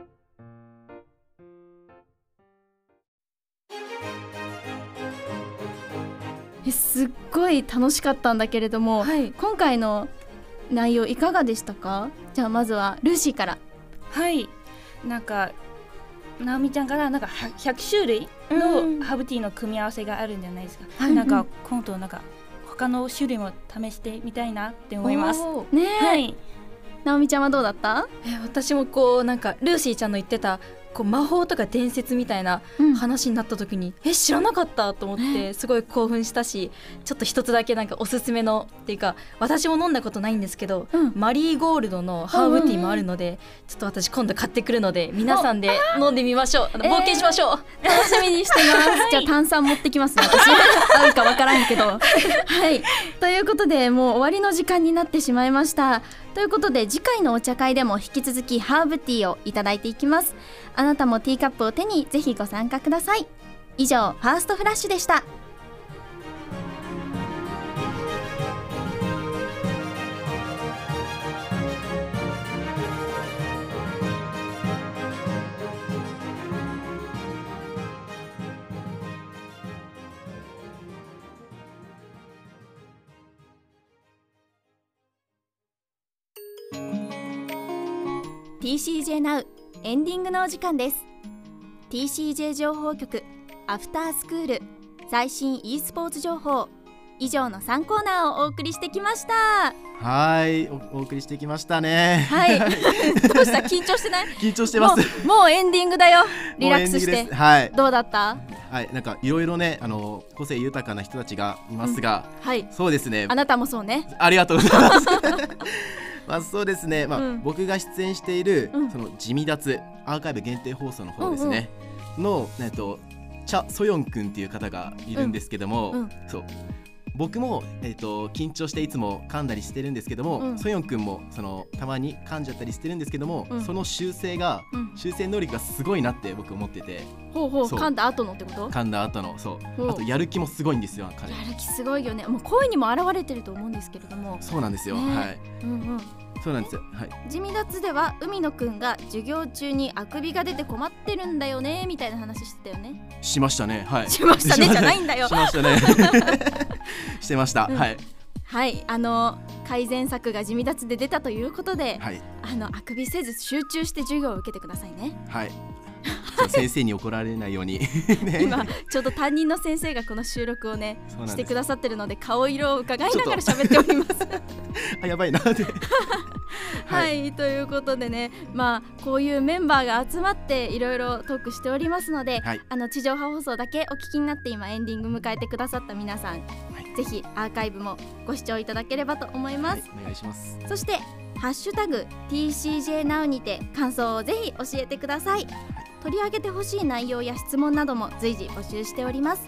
えすっごい楽しかったんだけれども、はい、今回の内容いかがでしたか？じゃあまずはルーシーから。 はいなんか直美ちゃんからなんかひゃく種類のハーブティーの組み合わせがあるんじゃないですか、うん、なんか今度なんか他の種類も試してみたいなって思いますね。 はい、 直美ちゃんはどうだった？ え私もこうなんかルーシーちゃんの言ってたこう魔法とか伝説みたいな話になった時に、うん、え知らなかったと思ってすごい興奮したしちょっと一つだけなんかおすすめのっていうか私も飲んだことないんですけど、うん、マリーゴールドのハーブティーもあるので、うんうん、ちょっと私今度買ってくるので皆さんで飲んでみましょう。冒険しましょう、 えー、楽しみにしてます、はい、じゃあ炭酸持ってきますね私合うかわからんけどはいということでもう終わりの時間になってしまいました。ということで次回のお茶会でも引き続きハーブティーをいただいていきます。あなたもティーカップを手にぜひご参加ください。以上ファーストフラッシュでした。ティーシージェー ナウ エンディングのお時間です。 ティーシージェー 情報局アフタースクール最新 e スポーツ情報以上のさんコーナーをお送りしてきました。 はい お, お送りしてきましたね。 はいどうした緊張してない？ 緊張してます。 もう、もうエンディングだよ。リラックスして、 はい、 どうだった？ はい、なんかいろいろねあの個性豊かな人たちがいますが、 うん、はいそうですねあなたもそうね。 ありがとうございますまあそうですね、まあうん、僕が出演している、うん、その地味脱アーカイブ限定放送の方ですね、うんうん、の、えっと、チャ・ソヨンくんっていう方がいるんですけども、うんうん、そう僕も、えー、と緊張していつも噛んだりしてるんですけども、うん、ソヨンくんもそのたまに噛んじゃったりしてるんですけども、うん、その修正が、うん、修正能力がすごいなって僕思ってて、 ほうほう噛んだ後のってこと？ 噛んだ後のそうあとやる気もすごいんですよ彼。 やる気すごいよね。もう声にも表れてると思うんですけれども。 そうなんですよ、ね、はい、うんうん、そうなんですよ、はい、 地味脱では海野くんが授業中にあくびが出て困ってるんだよねみたいな話してたよね。 しましたね、はい、 しましたねじゃないんだよ。 しましたねしてました、うん、はいはい、あの改善策が地味脱で出たということで、はい、あのあくびせず集中して授業を受けてくださいね。 はい先生に怒られないようにね、今ちょうど担任の先生がこの収録をねしてくださってるので顔色を伺いながら喋っておりますあやばいなってはい、はい、ということでね、まあこういうメンバーが集まっていろいろトークしておりますので、はい、あの地上波放送だけお聞きになって今エンディング迎えてくださった皆さん、はい、ぜひアーカイブもご視聴いただければと思います、はい、 お願いします。 そしてハッシュタグ ティーシージェーナウ にて感想をぜひ教えてください。取り上げてほしい内容や質問なども随時募集しております。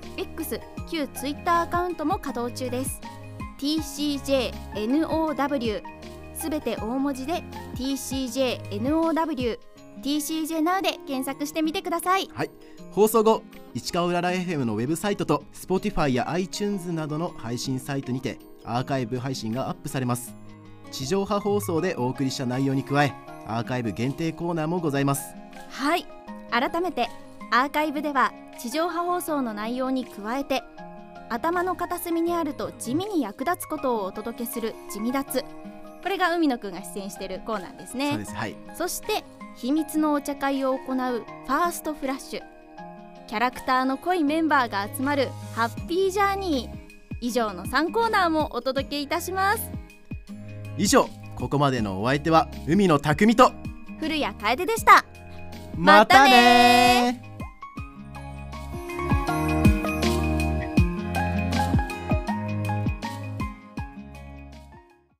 X、旧 Twitter アカウントも稼働中です。 ティーシージェーエヌオーダブリュー すべて大文字で ティーシージェーエヌオーダブリュー ティーシージェーナウ で検索してみてください。 はい、放送後市川うらら エフエム のウェブサイトと Spotify や iTunes などの配信サイトにてアーカイブ配信がアップされます。地上波放送でお送りした内容に加えアーカイブ限定コーナーもございます。 はい、改めてアーカイブでは地上波放送の内容に加えて頭の片隅にあると地味に役立つことをお届けする地味脱、これが海野くんが出演しているコーナーですね。 そうです、はい、 そして秘密のお茶会を行うファーストフラッシュ、キャラクターの濃いメンバーが集まるハッピージャーニー、以上のさんコーナーもお届けいたします。 以上、ここまでのお相手は海野匠と古谷楓でした。 またね。